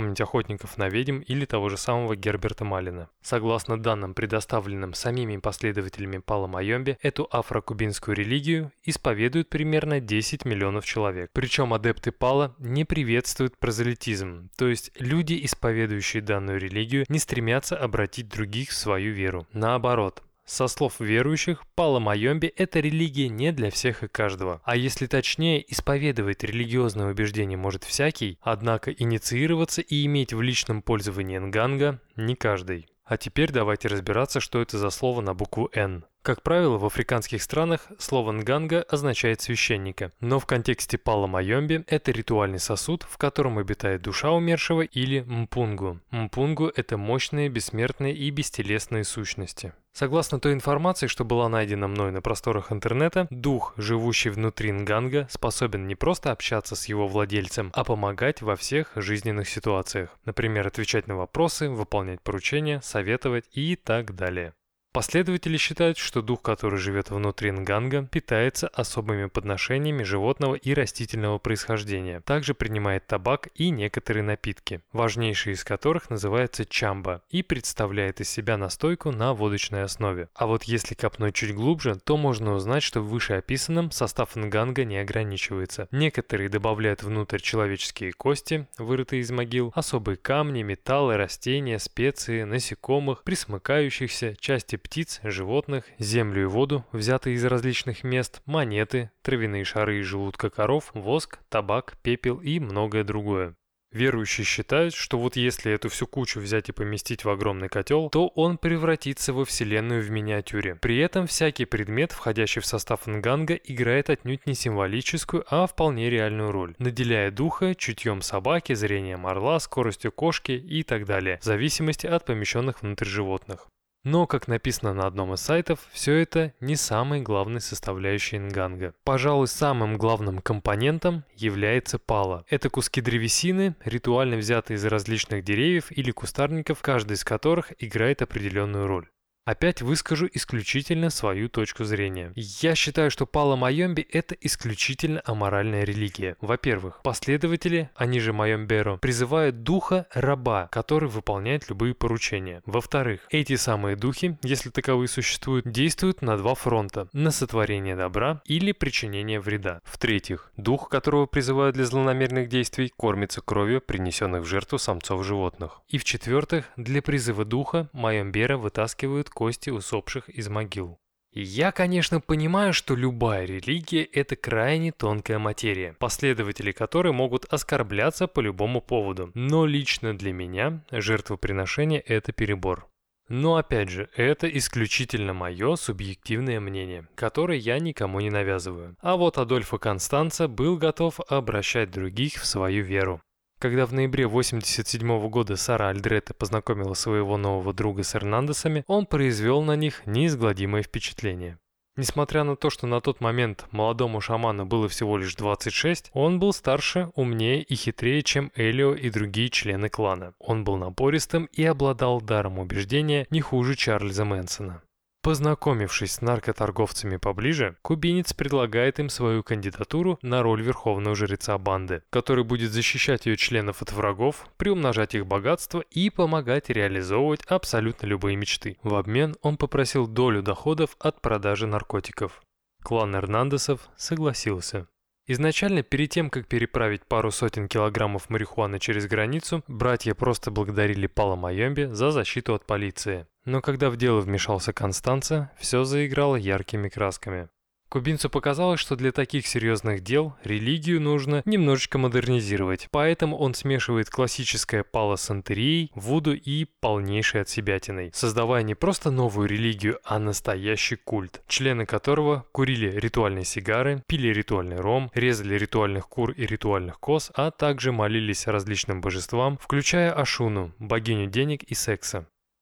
вспомнить охотников на ведьм или того же самого Герберта Маллина. Согласно данным, предоставленным самими последователями Пало Майомбе, эту афро-кубинскую религию исповедуют примерно десять миллионов человек. Причем адепты Пало не приветствуют прозелитизм, то есть люди, исповедующие данную религию, не стремятся обратить других в свою веру. Наоборот. Со слов верующих, Пало Майомбе – это религия не для всех и каждого. А если точнее, исповедовать религиозное убеждение может всякий, однако инициироваться и иметь в личном пользовании нганга не каждый. А теперь давайте разбираться, что это за слово на букву «Н». Как правило, в африканских странах слово «нганга» означает «священника», но в контексте Пало Майомбе это ритуальный сосуд, в котором обитает душа умершего или мпунгу. Мпунгу – это мощные, бессмертные и бестелесные сущности. Согласно той информации, что была найдена мной на просторах интернета, дух, живущий внутри нганга, способен не просто общаться с его владельцем, а помогать во всех жизненных ситуациях. Например, отвечать на вопросы, выполнять поручения, советовать и так далее. Последователи считают, что дух, который живет внутри нганга, питается особыми подношениями животного и растительного происхождения. Также принимает табак и некоторые напитки, важнейший из которых называется чамба и представляет из себя настойку на водочной основе. А вот если копнуть чуть глубже, то можно узнать, что в вышеописанном состав нганга не ограничивается. Некоторые добавляют внутрь человеческие кости, вырытые из могил, особые камни, металлы, растения, специи, насекомых, присмыкающихся, части птиц, животных, землю и воду, взятые из различных мест, монеты, травяные шары из желудка коров, воск, табак, пепел и многое другое. Верующие считают, что вот если эту всю кучу взять и поместить в огромный котел, то он превратится во вселенную в миниатюре. При этом всякий предмет, входящий в состав нганга, играет отнюдь не символическую, а вполне реальную роль, наделяя духа чутьем собаки, зрением орла, скоростью кошки и так далее, в зависимости от помещенных внутрь животных. Но, как написано на одном из сайтов, все это не самой главной составляющей нганга. Пожалуй, самым главным компонентом является пало. Это куски древесины, ритуально взятые из различных деревьев или кустарников, каждый из которых играет определенную роль. Опять выскажу исключительно свою точку зрения. Я считаю, что Пало Майомбе – это исключительно аморальная религия. Во-первых, последователи, они же Майомберо, призывают духа раба, который выполняет любые поручения. Во-вторых, эти самые духи, если таковые существуют, действуют на два фронта – на сотворение добра или причинение вреда. В-третьих, дух, которого призывают для злонамеренных действий, кормится кровью, принесенных в жертву самцов животных. И в-четвертых, для призыва духа Майомберо вытаскивают кости усопших из могил. И я, конечно, понимаю, что любая религия – это крайне тонкая материя, последователи которой могут оскорбляться по любому поводу. Но лично для меня жертвоприношение – это перебор. Но опять же, это исключительно мое субъективное мнение, которое я никому не навязываю. А вот Адольфо Констанца был готов обращать других в свою веру. Когда в ноябре тысяча девятьсот восемьдесят седьмого года Сара Альдретте познакомила своего нового друга с Эрнандесами, он произвел на них неизгладимое впечатление. Несмотря на то, что на тот момент молодому шаману было всего лишь двадцать шесть, он был старше, умнее и хитрее, чем Элио и другие члены клана. Он был напористым и обладал даром убеждения не хуже Чарльза Мэнсона. Познакомившись с наркоторговцами поближе, кубинец предлагает им свою кандидатуру на роль верховного жреца банды, который будет защищать ее членов от врагов, приумножать их богатство и помогать реализовывать абсолютно любые мечты. В обмен он попросил долю доходов от продажи наркотиков. Клан Эрнандесов согласился. Изначально, перед тем, как переправить пару сотен килограммов марихуаны через границу, братья просто благодарили Пало Майомбе за защиту от полиции. Но когда в дело вмешался Констанца, все заиграло яркими красками. Кубинцу показалось, что для таких серьезных дел религию нужно немножечко модернизировать, поэтому он смешивает классическое пало с сантерией, вуду и полнейшей отсебятиной, создавая не просто новую религию, а настоящий культ, члены которого курили ритуальные сигары, пили ритуальный ром, резали ритуальных кур и ритуальных коз, а также молились различным божествам, включая Ашуну, богиню денег и секса.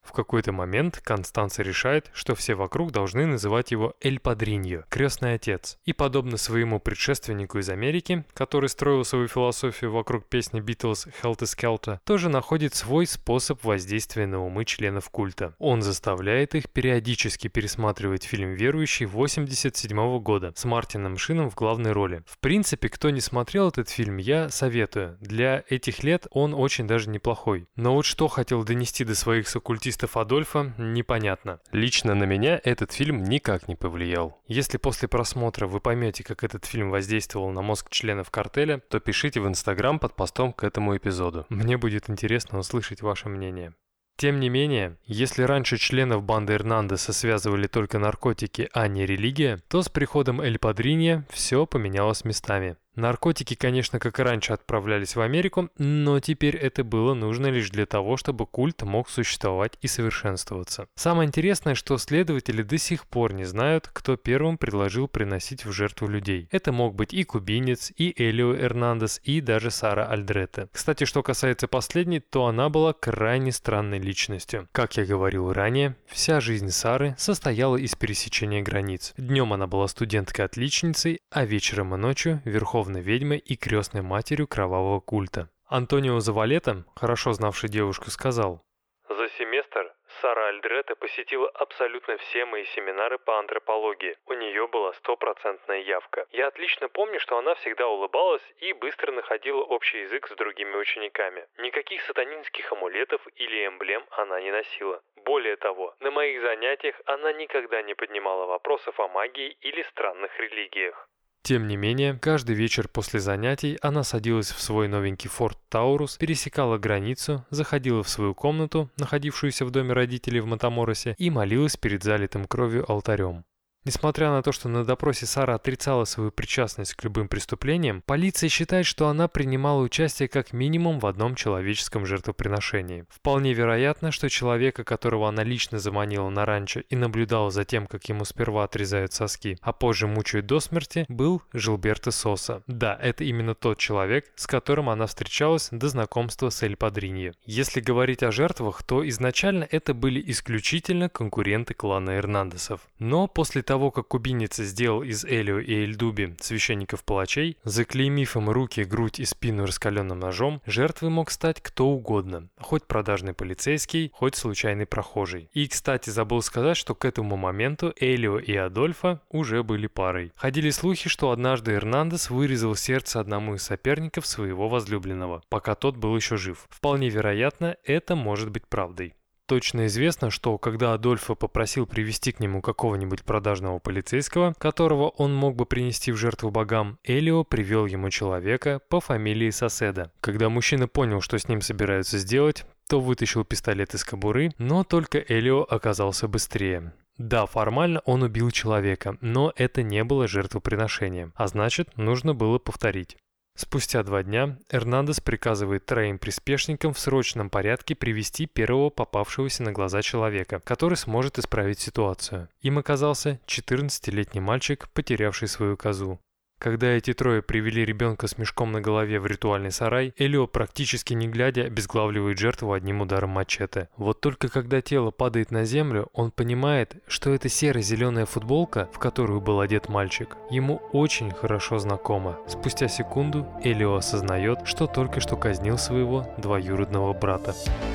В какой-то момент Констанца решает, что все вокруг должны называть его Эль Падриньо, крестный отец. И подобно своему предшественнику из Америки, который строил свою философию вокруг песни Beatles «Helter Skelter», тоже находит свой способ воздействия на умы членов культа. Он заставляет их периодически пересматривать фильм «Верующий» восемьдесят седьмого года с Мартином Шином в главной роли. В принципе, кто не смотрел этот фильм, я советую. Для этих лет он очень даже неплохой. Но вот что хотел донести до своих соккультистов Адольфа, непонятно. Лично на меня этот фильм никак не повлиял. Если после просмотра вы поймете, как этот фильм воздействовал на мозг членов картеля, то пишите в Инстаграм под постом к этому эпизоду. Мне будет интересно услышать ваше мнение. Тем не менее, если раньше членов банды Эрнандеса связывали только наркотики, а не религия, то с приходом Эль Падриньо все поменялось местами. Наркотики, конечно, как и раньше отправлялись в Америку, но теперь это было нужно лишь для того, чтобы культ мог существовать и совершенствоваться. Самое интересное, что следователи до сих пор не знают, кто первым предложил приносить в жертву людей. Это мог быть и кубинец, и Элио Эрнандес, и даже Сара Альдретте. Кстати, что касается последней, то она была крайне странной личностью. Как я говорил ранее, вся жизнь Сары состояла из пересечения границ. Днем она была студенткой-отличницей, а вечером и ночью верховной ведьмой и крестной матерью кровавого культа. Антонио Завалета, хорошо знавший девушку, сказал: «За семестр Сара Альдретте посетила абсолютно все мои семинары по антропологии. У нее была стопроцентная явка. Я отлично помню, что она всегда улыбалась и быстро находила общий язык с другими учениками. Никаких сатанинских амулетов или эмблем она не носила. Более того, на моих занятиях она никогда не поднимала вопросов о магии или странных религиях». Тем не менее, каждый вечер после занятий она садилась в свой новенький Ford Taurus, пересекала границу, заходила в свою комнату, находившуюся в доме родителей в Матаморосе, и молилась перед залитым кровью алтарем. Несмотря на то, что на допросе Сара отрицала свою причастность к любым преступлениям, полиция считает, что она принимала участие как минимум в одном человеческом жертвоприношении. Вполне вероятно, что человека, которого она лично заманила на ранчо и наблюдала за тем, как ему сперва отрезают соски, а позже мучают до смерти, был Жилберто Соса. Да, это именно тот человек, с которым она встречалась до знакомства с Эль Падриньо. Если говорить о жертвах, то изначально это были исключительно конкуренты клана Эрнандесов. Но после того, того, как кубинец сделал из Элио и Эльдуби священников-палачей, заклеймив им руки, грудь и спину раскаленным ножом, жертвой мог стать кто угодно, хоть продажный полицейский, хоть случайный прохожий. И, кстати, забыл сказать, что к этому моменту Элио и Адольфо уже были парой. Ходили слухи, что однажды Эрнандес вырезал сердце одному из соперников своего возлюбленного, пока тот был еще жив. Вполне вероятно, это может быть правдой. Точно известно, что когда Адольфо попросил привести к нему какого-нибудь продажного полицейского, которого он мог бы принести в жертву богам, Элио привел ему человека по фамилии Соседа. Когда мужчина понял, что с ним собираются сделать, то вытащил пистолет из кобуры, но только Элио оказался быстрее. Да, формально он убил человека, но это не было жертвоприношением, а значит, нужно было повторить. Спустя два дня Эрнандес приказывает троим приспешникам в срочном порядке привести первого попавшегося на глаза человека, который сможет исправить ситуацию. Им оказался четырнадцатилетний мальчик, потерявший свою козу. Когда эти трое привели ребенка с мешком на голове в ритуальный сарай, Элио практически не глядя обезглавливает жертву одним ударом мачете. Вот только когда тело падает на землю, он понимает, что эта серо-зеленая футболка, в которую был одет мальчик, ему очень хорошо знакома. Спустя секунду Элио осознает, что только что казнил своего двоюродного брата.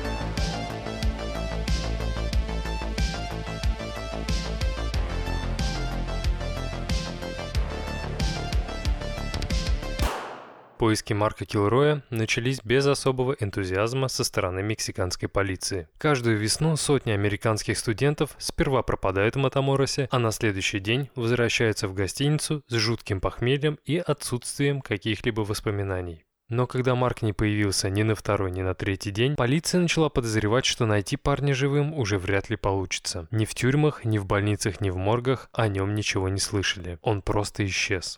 Поиски Марка Килроя начались без особого энтузиазма со стороны мексиканской полиции. Каждую весну сотни американских студентов сперва пропадают в Матаморосе, а на следующий день возвращаются в гостиницу с жутким похмельем и отсутствием каких-либо воспоминаний. Но когда Марк не появился ни на второй, ни на третий день, полиция начала подозревать, что найти парня живым уже вряд ли получится. Ни в тюрьмах, ни в больницах, ни в моргах о нем ничего не слышали. Он просто исчез.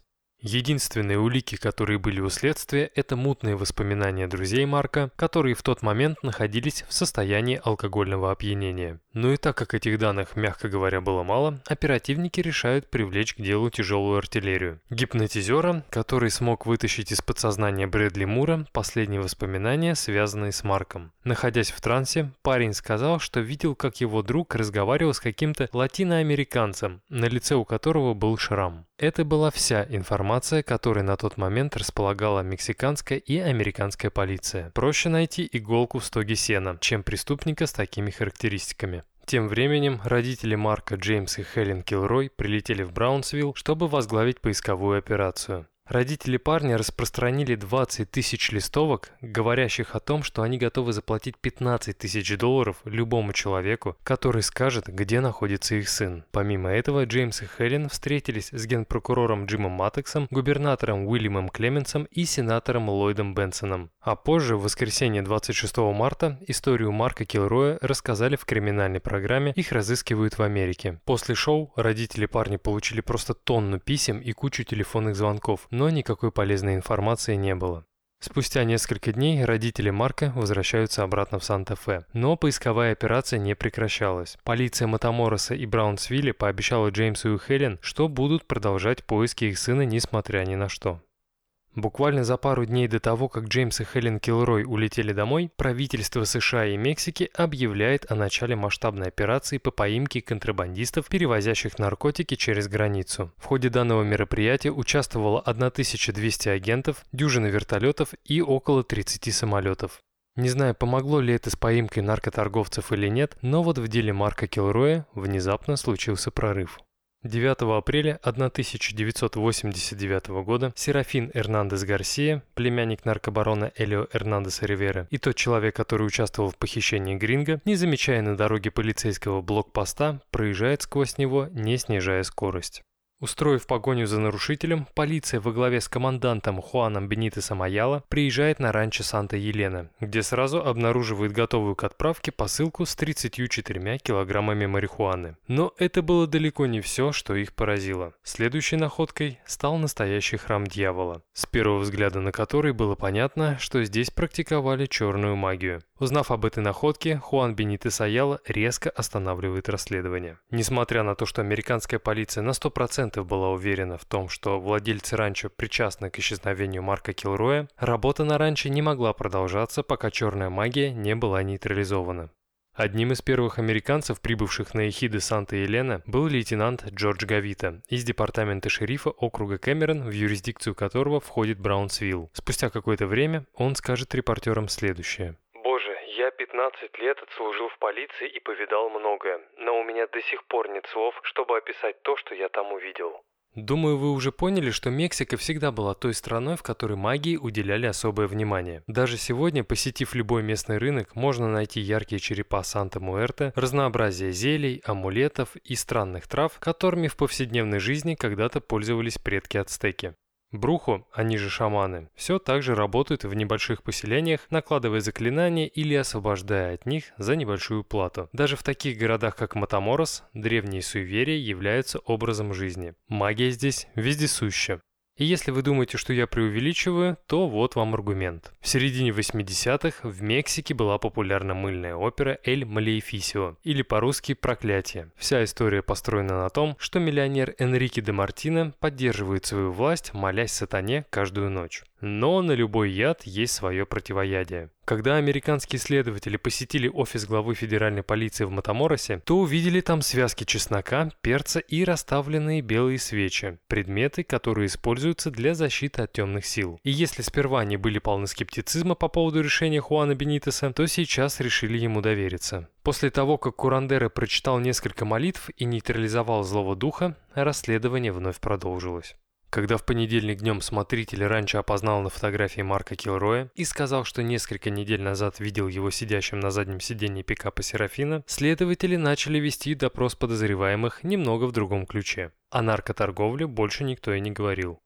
Единственные улики, которые были у следствия, это мутные воспоминания друзей Марка, которые в тот момент находились в состоянии алкогольного опьянения. Но и так как этих данных, мягко говоря, было мало, оперативники решают привлечь к делу тяжелую артиллерию. Гипнотизера, который смог вытащить из подсознания Брэдли Мура последние воспоминания, связанные с Марком. Находясь в трансе, парень сказал, что видел, как его друг разговаривал с каким-то латиноамериканцем, на лице у которого был шрам. Это была вся информация, которой на тот момент располагала мексиканская и американская полиция. Проще найти иголку в стоге сена, чем преступника с такими характеристиками. Тем временем родители Марка, Джеймс и Хелен Килрой прилетели в Браунсвилл, чтобы возглавить поисковую операцию. Родители парня распространили двадцать тысяч листовок, говорящих о том, что они готовы заплатить пятнадцать тысяч долларов любому человеку, который скажет, где находится их сын. Помимо этого, Джеймс и Хелен встретились с генпрокурором Джимом Маттексом, губернатором Уильямом Клеменсом и сенатором Ллойдом Бенсоном. А позже, в воскресенье двадцать шестого марта, историю Марка Килроя рассказали в криминальной программе «Их разыскивают в Америке». После шоу родители парня получили просто тонну писем и кучу телефонных звонков, но никакой полезной информации не было. Спустя несколько дней родители Марка возвращаются обратно в Санта-Фе, но поисковая операция не прекращалась. Полиция Матамороса и Браунсвилля пообещала Джеймсу и Хелен, что будут продолжать поиски их сына несмотря ни на что. Буквально за пару дней до того, как Джеймс и Хелен Килрой улетели домой, правительство США и Мексики объявляет о начале масштабной операции по поимке контрабандистов, перевозящих наркотики через границу. В ходе данного мероприятия участвовало тысяча двести агентов, дюжина вертолетов и около тридцати самолетов. Не знаю, помогло ли это с поимкой наркоторговцев или нет, но вот в деле Марка Килроя внезапно случился прорыв. девятого апреля тысяча девятьсот восемьдесят девятого года Серафин Эрнандес Гарсия, племянник наркобарона Элио Эрнандеса Ривера, и тот человек, который участвовал в похищении Гринго, не замечая на дороге полицейского блокпоста, проезжает сквозь него, не снижая скорость. Устроив погоню за нарушителем, полиция во главе с командантом Хуаном Бенитесом Айала приезжает на ранчо Санта-Елена, где сразу обнаруживает готовую к отправке посылку с тридцатью четырьмя килограммами марихуаны. Но это было далеко не все, что их поразило. Следующей находкой стал настоящий храм дьявола, с первого взгляда на который было понятно, что здесь практиковали черную магию. Узнав об этой находке, Хуан Бенитес Айала резко останавливает расследование. Несмотря на то, что американская полиция на сто процентов была уверена в том, что владельцы ранчо причастны к исчезновению Марка Килроя, работа на ранчо не могла продолжаться, пока черная магия не была нейтрализована. Одним из первых американцев, прибывших на эхиды Санта-Елена, был лейтенант Джордж Гавита из департамента шерифа округа Кэмерон, в юрисдикцию которого входит Браунсвилл. Спустя какое-то время он скажет репортерам следующее. Я пятнадцать лет отслужил в полиции и повидал многое, но у меня до сих пор нет слов, чтобы описать то, что я там увидел. Думаю, вы уже поняли, что Мексика всегда была той страной, в которой магии уделяли особое внимание. Даже сегодня, посетив любой местный рынок, можно найти яркие черепа Санта-Муэрте, разнообразие зелий, амулетов и странных трав, которыми в повседневной жизни когда-то пользовались предки-ацтеки. Брухо, они же шаманы, все так же работают в небольших поселениях, накладывая заклинания или освобождая от них за небольшую плату. Даже в таких городах, как Матаморос, древние суеверия являются образом жизни. Магия здесь вездесуща. И если вы думаете, что я преувеличиваю, то вот вам аргумент. В середине восьмидесятых в Мексике была популярна мыльная опера «Эль Малефисио», или по-русски «Проклятие». Вся история построена на том, что миллионер Энрике де Мартино поддерживает свою власть, молясь сатане каждую ночь. Но на любой яд есть свое противоядие. Когда американские следователи посетили офис главы федеральной полиции в Матаморосе, то увидели там связки чеснока, перца и расставленные белые свечи, предметы, которые используются для защиты от темных сил. И если сперва они были полны скептицизма по поводу решения Хуана Бенитеса, то сейчас решили ему довериться. После того, как Курандеро прочитал несколько молитв и нейтрализовал злого духа, расследование вновь продолжилось. Когда в понедельник днем смотритель раньше опознал на фотографии Марка Килроя и сказал, что несколько недель назад видел его сидящим на заднем сиденье пикапа Серафина, следователи начали вести допрос подозреваемых немного в другом ключе. О наркоторговле больше никто и не говорил.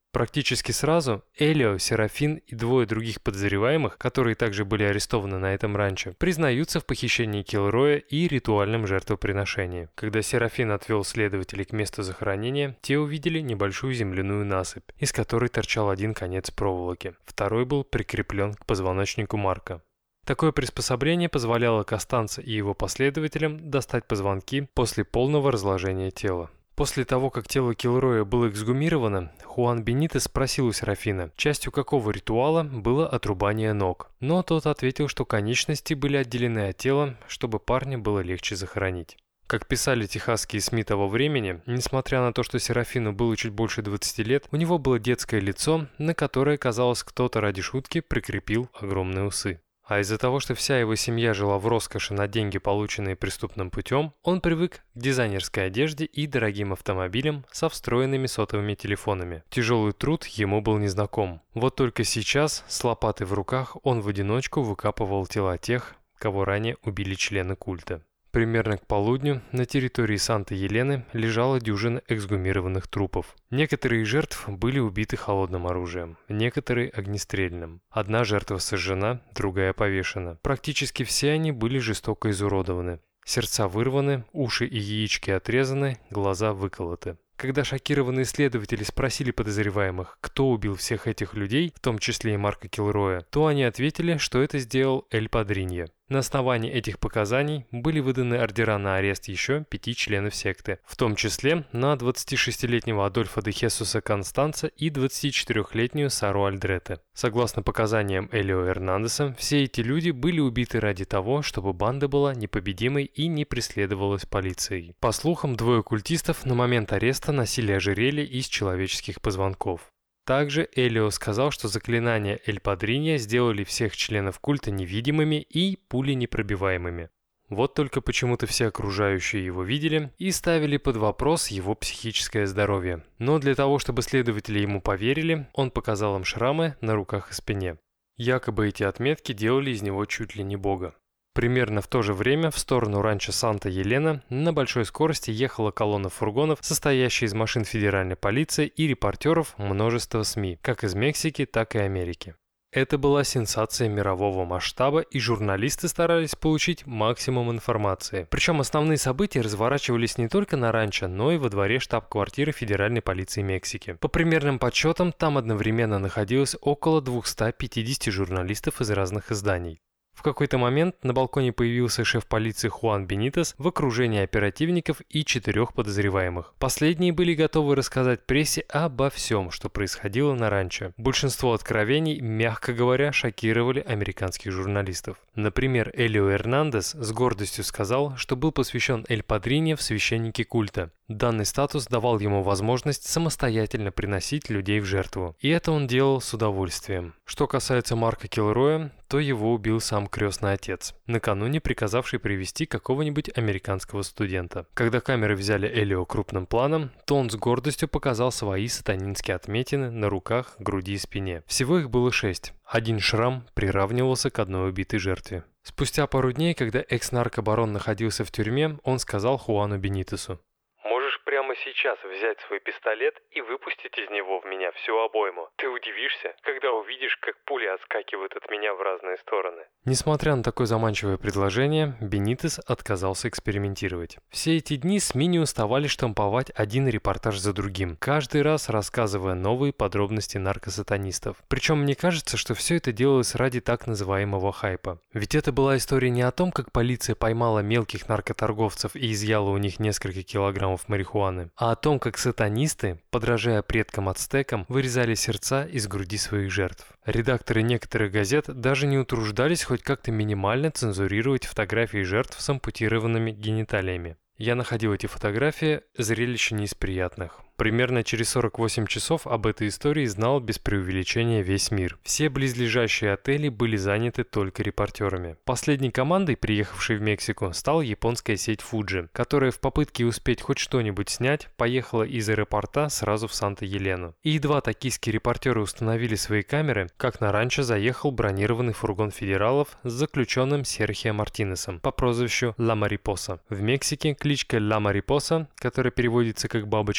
Практически сразу Элио, Серафин и двое других подозреваемых, которые также были арестованы на этом ранчо, признаются в похищении Килроя и ритуальном жертвоприношении. Когда Серафин отвел следователей к месту захоронения, те увидели небольшую земляную насыпь, из которой торчал один конец проволоки. Второй был прикреплен к позвоночнику Марка. Такое приспособление позволяло Костанцо и его последователям достать позвонки после полного разложения тела. После того, как тело Килроя было эксгумировано, Хуан Бенитес спросил у Серафина, частью какого ритуала было отрубание ног. Но тот ответил, что конечности были отделены от тела, чтобы парня было легче захоронить. Как писали техасские СМИ того времени, несмотря на то, что Серафину было чуть больше двадцати лет, у него было детское лицо, на которое, казалось, кто-то ради шутки прикрепил огромные усы. А из-за того, что вся его семья жила в роскоши на деньги, полученные преступным путем, он привык к дизайнерской одежде и дорогим автомобилям со встроенными сотовыми телефонами. Тяжелый труд ему был незнаком. Вот только сейчас, с лопатой в руках, он в одиночку выкапывал тела тех, кого ранее убили члены культа. Примерно к полудню на территории Санта-Елены лежала дюжина эксгумированных трупов. Некоторые из жертв были убиты холодным оружием, некоторые огнестрельным. Одна жертва сожжена, другая повешена. Практически все они были жестоко изуродованы. Сердца вырваны, уши и яички отрезаны, глаза выколоты. Когда шокированные следователи спросили подозреваемых, кто убил всех этих людей, в том числе и Марка Килроя, то они ответили, что это сделал Эль Падриньо. На основании этих показаний были выданы ордера на арест еще пяти членов секты, в том числе на двадцатишестилетнего Адольфо де Хесуса Констанца и двадцатичетырёхлетнюю Сару Альдрете. Согласно показаниям Элио Эрнандеса, все эти люди были убиты ради того, чтобы банда была непобедимой и не преследовалась полицией. По слухам, двое культистов на момент ареста носили ожерелье из человеческих позвонков. Также Элио сказал, что заклинания Эль Падриньо сделали всех членов культа невидимыми и пуленепробиваемыми. Вот только почему-то все окружающие его видели и ставили под вопрос его психическое здоровье. Но для того, чтобы следователи ему поверили, он показал им шрамы на руках и спине. Якобы эти отметки делали из него чуть ли не бога. Примерно в то же время в сторону ранчо Санта-Елена на большой скорости ехала колонна фургонов, состоящая из машин федеральной полиции и репортеров множества СМИ, как из Мексики, так и Америки. Это была сенсация мирового масштаба, и журналисты старались получить максимум информации. Причем основные события разворачивались не только на ранчо, но и во дворе штаб-квартиры Федеральной полиции Мексики. По примерным подсчетам, там одновременно находилось около двухсот пятидесяти журналистов из разных изданий. В какой-то момент на балконе появился шеф полиции Хуан Бенитес в окружении оперативников и четырех подозреваемых. Последние были готовы рассказать прессе обо всем, что происходило на ранчо. Большинство откровений, мягко говоря, шокировали американских журналистов. Например, Элио Эрнандес с гордостью сказал, что был посвящен Эль Падриньо в священники культа. Данный статус давал ему возможность самостоятельно приносить людей в жертву. И это он делал с удовольствием. Что касается Марка Килроя, то его убил сам крестный отец, накануне приказавший привести какого-нибудь американского студента. Когда камеры взяли Элио крупным планом, то он с гордостью показал свои сатанинские отметины на руках, груди и спине. Всего их было шесть. Один шрам приравнивался к одной убитой жертве. Спустя пару дней, когда экс-наркобарон находился в тюрьме, он сказал Хуану Бенитесу: «Прямо сейчас взять свой пистолет и выпустить из него в меня всю обойму. Ты удивишься, когда увидишь, как пули отскакивают от меня в разные стороны». Несмотря на такое заманчивое предложение, Бенитес отказался экспериментировать. Все эти дни СМИ не уставали штамповать один репортаж за другим, каждый раз рассказывая новые подробности наркосатанистов. Причем мне кажется, что все это делалось ради так называемого хайпа. Ведь это была история не о том, как полиция поймала мелких наркоторговцев и изъяла у них несколько килограммов марихуаны, а о том, как сатанисты, подражая предкам-ацтекам, вырезали сердца из груди своих жертв. Редакторы некоторых газет даже не утруждались хоть как-то минимально цензурировать фотографии жертв с ампутированными гениталиями. Я находил эти фотографии, зрелище не из приятных. Примерно через сорок восемь часов об этой истории знал без преувеличения весь мир. Все близлежащие отели были заняты только репортерами. Последней командой, приехавшей в Мексику, стала японская сеть Fuji, которая в попытке успеть хоть что-нибудь снять, поехала из аэропорта сразу в Санта-Елену. И едва токийские репортеры установили свои камеры, как на ранчо заехал бронированный фургон федералов с заключенным Серхио Мартинесом по прозвищу Ла Марипоса. В Мексике кличка Ла Марипоса, которая переводится как «бабочка», называется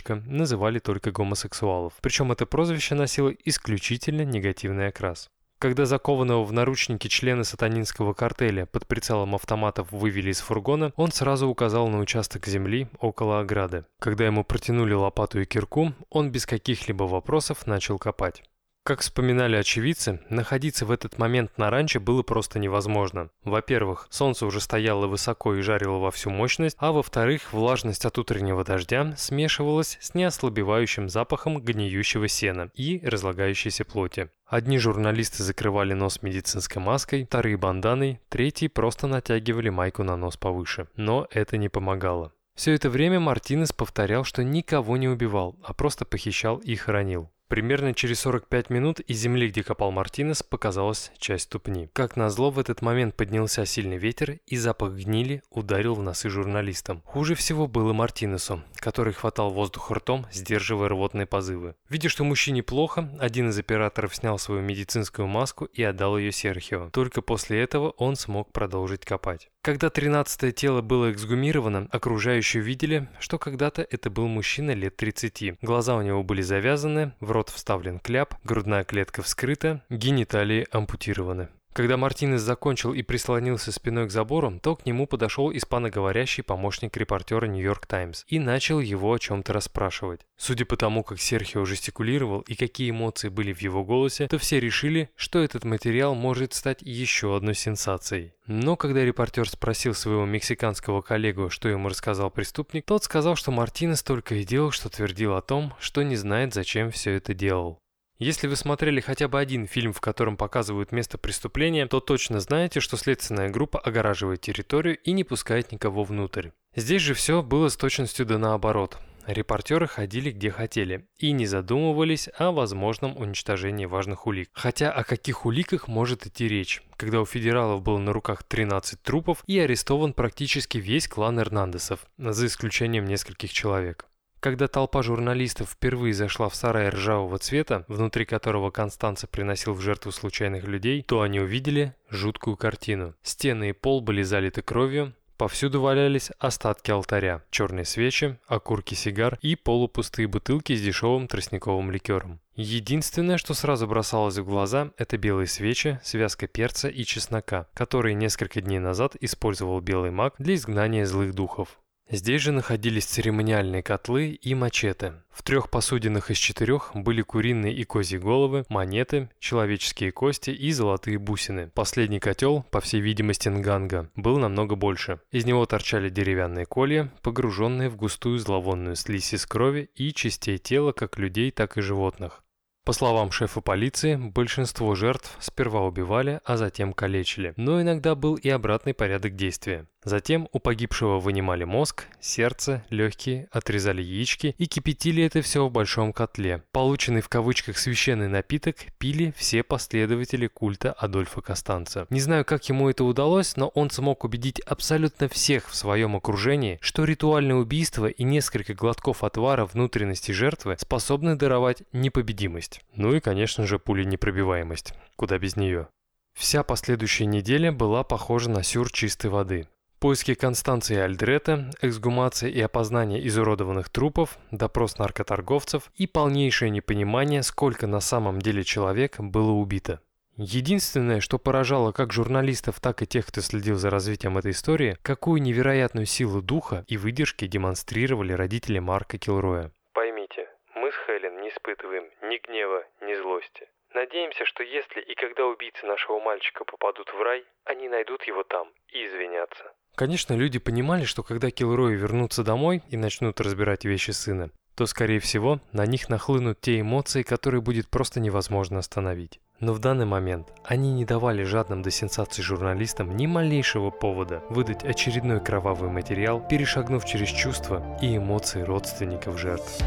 называли только гомосексуалов. Причем это прозвище носило исключительно негативный окрас. Когда закованного в наручники члена сатанинского картеля под прицелом автоматов вывели из фургона, он сразу указал на участок земли около ограды. Когда ему протянули лопату и кирку, он без каких-либо вопросов начал копать. Как вспоминали очевидцы, находиться в этот момент на ранчо было просто невозможно. Во-первых, солнце уже стояло высоко и жарило во всю мощность, а во-вторых, влажность от утреннего дождя смешивалась с неослабевающим запахом гниющего сена и разлагающейся плоти. Одни журналисты закрывали нос медицинской маской, вторые банданой, третьи просто натягивали майку на нос повыше. Но это не помогало. Все это время Мартинес повторял, что никого не убивал, а просто похищал и хоронил. Примерно через сорок пять минут из земли, где копал Мартинес, показалась часть ступни. Как назло, в этот момент поднялся сильный ветер, и запах гнили ударил в носы журналистам. Хуже всего было Мартинесу, который хватал воздух ртом, сдерживая рвотные позывы. Видя, что мужчине плохо, один из операторов снял свою медицинскую маску и отдал ее Серхио. Только после этого он смог продолжить копать. Когда тринадцатое тело было эксгумировано, окружающие видели, что когда-то это был мужчина лет тридцати. Глаза у него были завязаны, в рот вставлен кляп, грудная клетка вскрыта, гениталии ампутированы. Когда Мартинес закончил и прислонился спиной к забору, то к нему подошел испаноговорящий помощник репортера «Нью-Йорк Таймс» и начал его о чем-то расспрашивать. Судя по тому, как Серхио жестикулировал и какие эмоции были в его голосе, то все решили, что этот материал может стать еще одной сенсацией. Но когда репортер спросил своего мексиканского коллегу, что ему рассказал преступник, тот сказал, что Мартинес только и делал, что твердил о том, что не знает, зачем все это делал. Если вы смотрели хотя бы один фильм, в котором показывают место преступления, то точно знаете, что следственная группа огораживает территорию и не пускает никого внутрь. Здесь же все было с точностью да наоборот. Репортеры ходили где хотели и не задумывались о возможном уничтожении важных улик. Хотя о каких уликах может идти речь, когда у федералов было на руках тринадцать трупов и арестован практически весь клан Эрнандесов, за исключением нескольких человек. Когда толпа журналистов впервые зашла в сарай ржавого цвета, внутри которого Констанцо приносил в жертву случайных людей, то они увидели жуткую картину. Стены и пол были залиты кровью, повсюду валялись остатки алтаря, черные свечи, окурки сигар и полупустые бутылки с дешевым тростниковым ликером. Единственное, что сразу бросалось в глаза, это белые свечи, связка перца и чеснока, которые несколько дней назад использовал белый маг для изгнания злых духов. Здесь же находились церемониальные котлы и мачете. В трех посудинах из четырех были куриные и козьи головы, монеты, человеческие кости и золотые бусины. Последний котел, по всей видимости нганга, был намного больше. Из него торчали деревянные колья, погруженные в густую зловонную слизь из крови и частей тела как людей, так и животных. По словам шефа полиции, большинство жертв сперва убивали, а затем калечили. Но иногда был и обратный порядок действия. Затем у погибшего вынимали мозг, сердце, легкие, отрезали яички и кипятили это все в большом котле. Полученный в кавычках священный напиток пили все последователи культа Адольфо Костанцо. Не знаю, как ему это удалось, но он смог убедить абсолютно всех в своем окружении, что ритуальное убийство и несколько глотков отвара внутренности жертвы способны даровать непобедимость. Ну и, конечно же, пуленепробиваемость. Куда без нее. Вся последующая неделя была похожа на сюр чистой воды. Поиски Констанции и Альдрета, эксгумация и опознание изуродованных трупов, допрос наркоторговцев и полнейшее непонимание, сколько на самом деле человек было убито. Единственное, что поражало как журналистов, так и тех, кто следил за развитием этой истории, какую невероятную силу духа и выдержки демонстрировали родители Марка Килроя. Поймите, мы с Хелен не испытываем ни гнева, ни злости. Надеемся, что если и когда убийцы нашего мальчика попадут в рай, они найдут его там и извинятся. Конечно, люди понимали, что когда Килрои вернутся домой и начнут разбирать вещи сына, то, скорее всего, на них нахлынут те эмоции, которые будет просто невозможно остановить. Но в данный момент они не давали жадным до сенсаций журналистам ни малейшего повода выдать очередной кровавый материал, перешагнув через чувства и эмоции родственников жертв.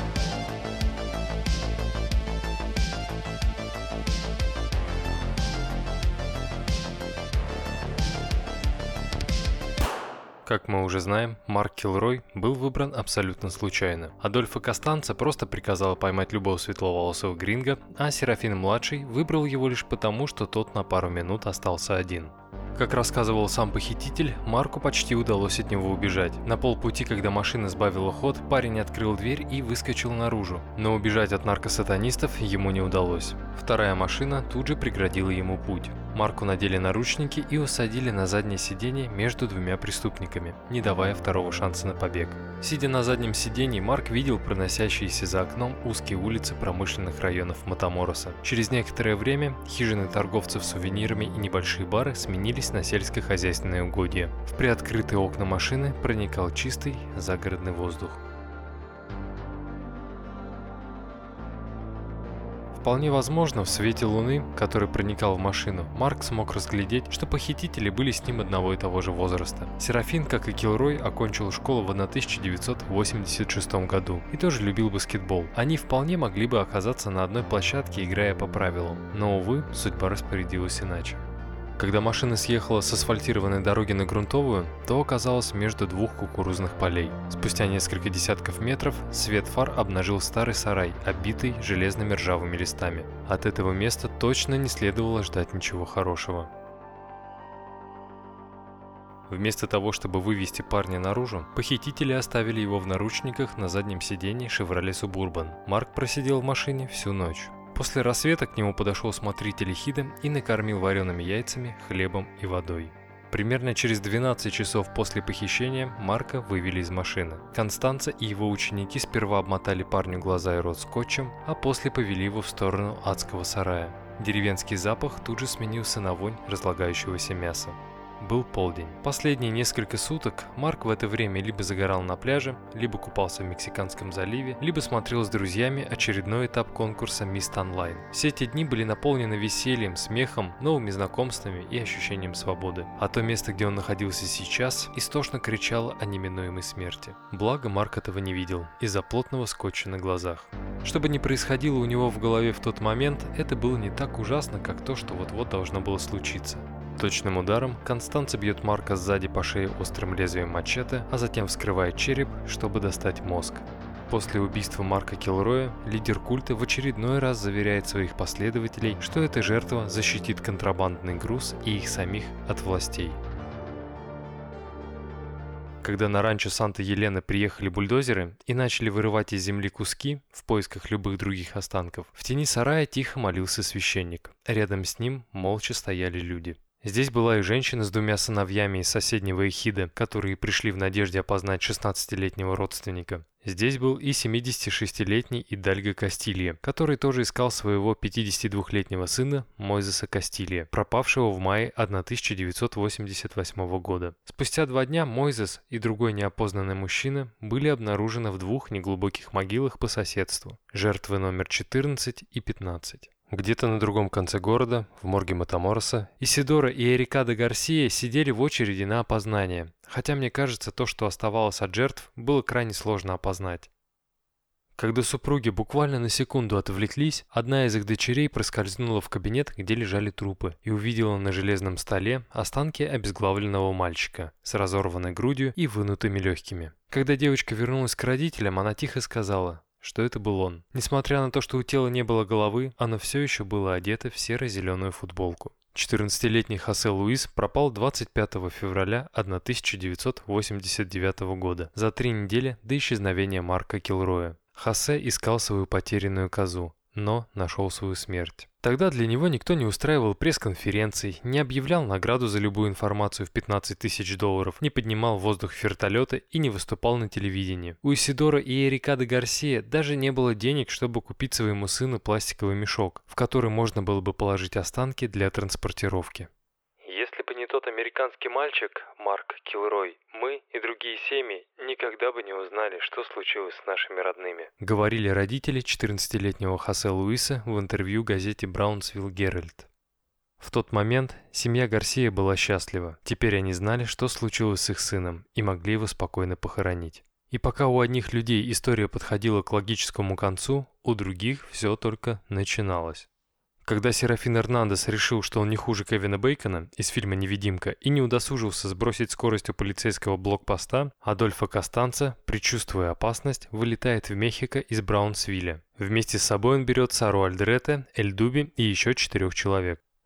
Как мы уже знаем, Марк Килрой был выбран абсолютно случайно. Адольфо Костанцо просто приказал поймать любого светловолосого гринго, а Серафин-младший выбрал его лишь потому, что тот на пару минут остался один. Как рассказывал сам похититель, Марку почти удалось от него убежать. На полпути, когда машина сбавила ход, парень открыл дверь и выскочил наружу. Но убежать от наркосатанистов ему не удалось. Вторая машина тут же преградила ему путь. Марку надели наручники и усадили на заднее сиденье между двумя преступниками, не давая второго шанса на побег. Сидя на заднем сиденье, Марк видел проносящиеся за окном узкие улицы промышленных районов Матамороса. Через некоторое время хижины торговцев сувенирами и небольшие бары сменились на сельскохозяйственные угодья. В приоткрытые окна машины проникал чистый загородный воздух. Вполне возможно, в свете луны, который проникал в машину, Марк смог разглядеть, что похитители были с ним одного и того же возраста. Серафин, как и Килрой, окончил школу в тысяча девятьсот восемьдесят шестом году и тоже любил баскетбол. Они вполне могли бы оказаться на одной площадке, играя по правилам. Но, увы, судьба распорядилась иначе. Когда машина съехала с асфальтированной дороги на грунтовую, то оказалась между двух кукурузных полей. Спустя несколько десятков метров свет фар обнажил старый сарай, оббитый железными ржавыми листами. От этого места точно не следовало ждать ничего хорошего. Вместо того, чтобы вывести парня наружу, похитители оставили его в наручниках на заднем сиденье «Шевроле Субурбан». Марк просидел в машине всю ночь. После рассвета к нему подошел смотритель Эхида и накормил вареными яйцами, хлебом и водой. Примерно через двенадцать часов после похищения Марка вывели из машины. Констанца и его ученики сперва обмотали парню глаза и рот скотчем, а после повели его в сторону адского сарая. Деревенский запах тут же сменился на вонь разлагающегося мяса. Был полдень. Последние несколько суток Марк в это время либо загорал на пляже, либо купался в Мексиканском заливе, либо смотрел с друзьями очередной этап конкурса Мист Онлайн. Все эти дни были наполнены весельем, смехом, новыми знакомствами и ощущением свободы. А то место, где он находился сейчас, истошно кричало о неминуемой смерти. Благо Марк этого не видел из-за плотного скотча на глазах. Что бы ни происходило у него в голове в тот момент, это было не так ужасно, как то, что вот-вот должно было случиться. Точным ударом Констанца бьет Марка сзади по шее острым лезвием мачете, а затем вскрывает череп, чтобы достать мозг. После убийства Марка Килроя лидер культа в очередной раз заверяет своих последователей, что эта жертва защитит контрабандный груз и их самих от властей. Когда на ранчо Санта-Елена приехали бульдозеры и начали вырывать из земли куски в поисках любых других останков, в тени сарая тихо молился священник. Рядом с ним молча стояли люди. Здесь была и женщина с двумя сыновьями из соседнего Эхида, которые пришли в надежде опознать шестнадцатилетнего родственника. Здесь был и семидесятишестилетний Идальго Кастилья, который тоже искал своего пятидесятидвухлетнего сына Мойзеса Кастилья, пропавшего в мае тысяча девятьсот восемьдесят восьмого года. Спустя два дня Мойзес и другой неопознанный мужчина были обнаружены в двух неглубоких могилах по соседству, жертвы номер четырнадцать и пятнадцать. Где-то на другом конце города, в морге Матамороса, Исидора и Эрикадо Гарсия сидели в очереди на опознание, хотя мне кажется, то, что оставалось от жертв, было крайне сложно опознать. Когда супруги буквально на секунду отвлеклись, одна из их дочерей проскользнула в кабинет, где лежали трупы, и увидела на железном столе останки обезглавленного мальчика с разорванной грудью и вынутыми легкими. Когда девочка вернулась к родителям, она тихо сказала, что это был он. Несмотря на то, что у тела не было головы, оно все еще было одето в серо-зеленую футболку. четырнадцатилетний Хосе Луис пропал двадцать пятого февраля тысяча девятьсот восемьдесят девятого года, за три недели до исчезновения Марка Килроя. Хосе искал свою потерянную козу, но нашел свою смерть. Тогда для него никто не устраивал пресс-конференций, не объявлял награду за любую информацию в пятнадцать тысяч долларов, не поднимал в воздух вертолеты и не выступал на телевидении. У Исидора и Эрикадо Гарсия даже не было денег, чтобы купить своему сыну пластиковый мешок, в который можно было бы положить останки для транспортировки. Если бы не тот американский мальчик, Марк Килрой, мы и другие семьи никогда бы не узнали, что случилось с нашими родными. Говорили родители четырнадцатилетнего Хосе Луиса в интервью газете Браунсвилл Геральд. В тот момент семья Гарсия была счастлива. Теперь они знали, что случилось с их сыном, и могли его спокойно похоронить. И пока у одних людей история подходила к логическому концу, у других все только начиналось. Когда Серафин Эрнандес решил, что он не хуже Кевина Бейкона из фильма «Невидимка» и не удосужился сбросить скорость у полицейского блокпоста, Адольфо Костанца, предчувствуя опасность, вылетает в Мехико из Браунсвилля. Вместе с собой он берет Сару Альдерете, Эль Дуби и еще четырех человек.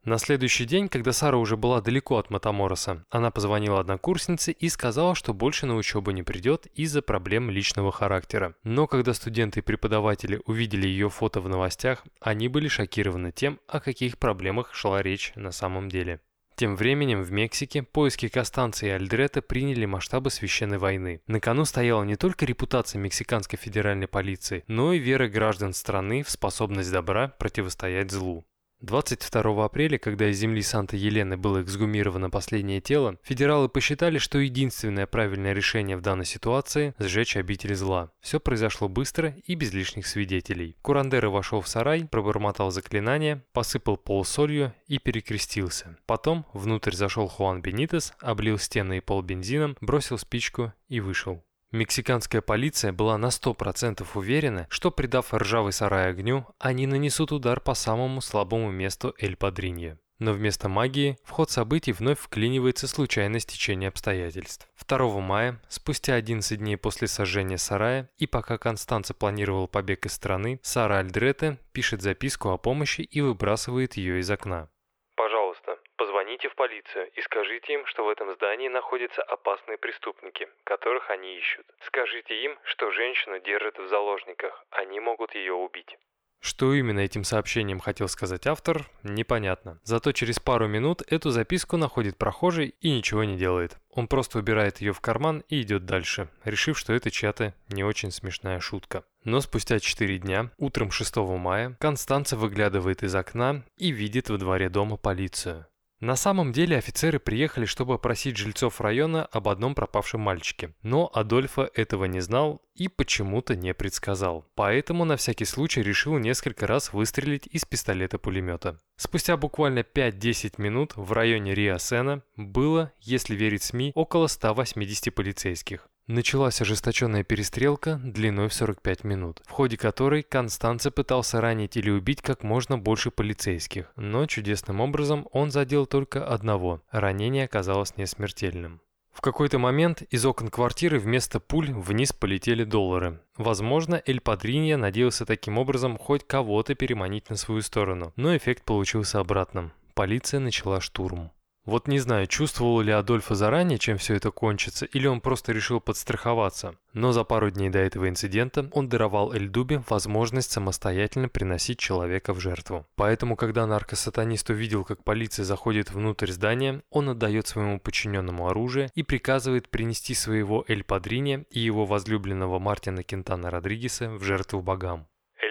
На следующий день, когда Сара уже была далеко от Матамороса, она позвонила однокурснице и сказала, что больше на учебу не придет из-за проблем личного характера. Но когда студенты и преподаватели увидели ее фото в новостях, они были шокированы тем, о каких проблемах шла речь на самом деле. Тем временем в Мексике поиски Констанцы и Альдретте приняли масштабы священной войны. На кону стояла не только репутация мексиканской федеральной полиции, но и вера граждан страны в способность добра противостоять злу. двадцать второго апреля, когда из земли Санта-Елены было эксгумировано последнее тело, федералы посчитали, что единственное правильное решение в данной ситуации – сжечь обитель зла. Все произошло быстро и без лишних свидетелей. Курандеро вошел в сарай, пробормотал заклинание, посыпал пол солью и перекрестился. Потом внутрь зашел Хуан Бенитес, облил стены и пол бензином, бросил спичку и вышел. Мексиканская полиция была на сто процентов уверена, что, придав ржавый сарай огню, они нанесут удар по самому слабому месту Эль Падриньо. Но вместо магии в ход событий вновь вклинивается случайное стечение обстоятельств. второго мая, спустя одиннадцать дней после сожжения сарая и пока Констанца планировал побег из страны, Сара Альдретте пишет записку о помощи и выбрасывает ее из окна. Пожалуйста, позвоните в полицию и скажите им, что в этом здании находятся опасные преступники, которых они ищут. Скажите им, что женщину держат в заложниках, они могут ее убить. Что именно этим сообщением хотел сказать автор, непонятно. Зато через пару минут эту записку находит прохожий и ничего не делает. Он просто убирает ее в карман и идет дальше, решив, что это чья-то не очень смешная шутка. Но спустя четыре дня, утром шестого мая, Констанца выглядывает из окна и видит во дворе дома полицию. На самом деле офицеры приехали, чтобы опросить жильцов района об одном пропавшем мальчике. Но Адольфо этого не знал и почему-то не предсказал. Поэтому на всякий случай решил несколько раз выстрелить из пистолета-пулемета. Спустя буквально пять-десять минут в районе Рио-Сена было, если верить СМИ, около ста восьмидесяти полицейских. Началась ожесточенная перестрелка длиной в сорок пять минут, в ходе которой Констанца пытался ранить или убить как можно больше полицейских, но чудесным образом он задел только одного. Ранение оказалось несмертельным. В какой-то момент из окон квартиры вместо пуль вниз полетели доллары. Возможно, Эль Падриньо надеялся таким образом хоть кого-то переманить на свою сторону, но эффект получился обратным. Полиция начала штурм. Вот не знаю, чувствовал ли Адольфо заранее, чем все это кончится, или он просто решил подстраховаться. Но за пару дней до этого инцидента он даровал Эль Дубе возможность самостоятельно приносить человека в жертву. Поэтому, когда наркосатанист увидел, как полиция заходит внутрь здания, он отдает своему подчиненному оружие и приказывает принести своего Эль Падриньо и его возлюбленного Мартина Кентана Родригеса в жертву богам.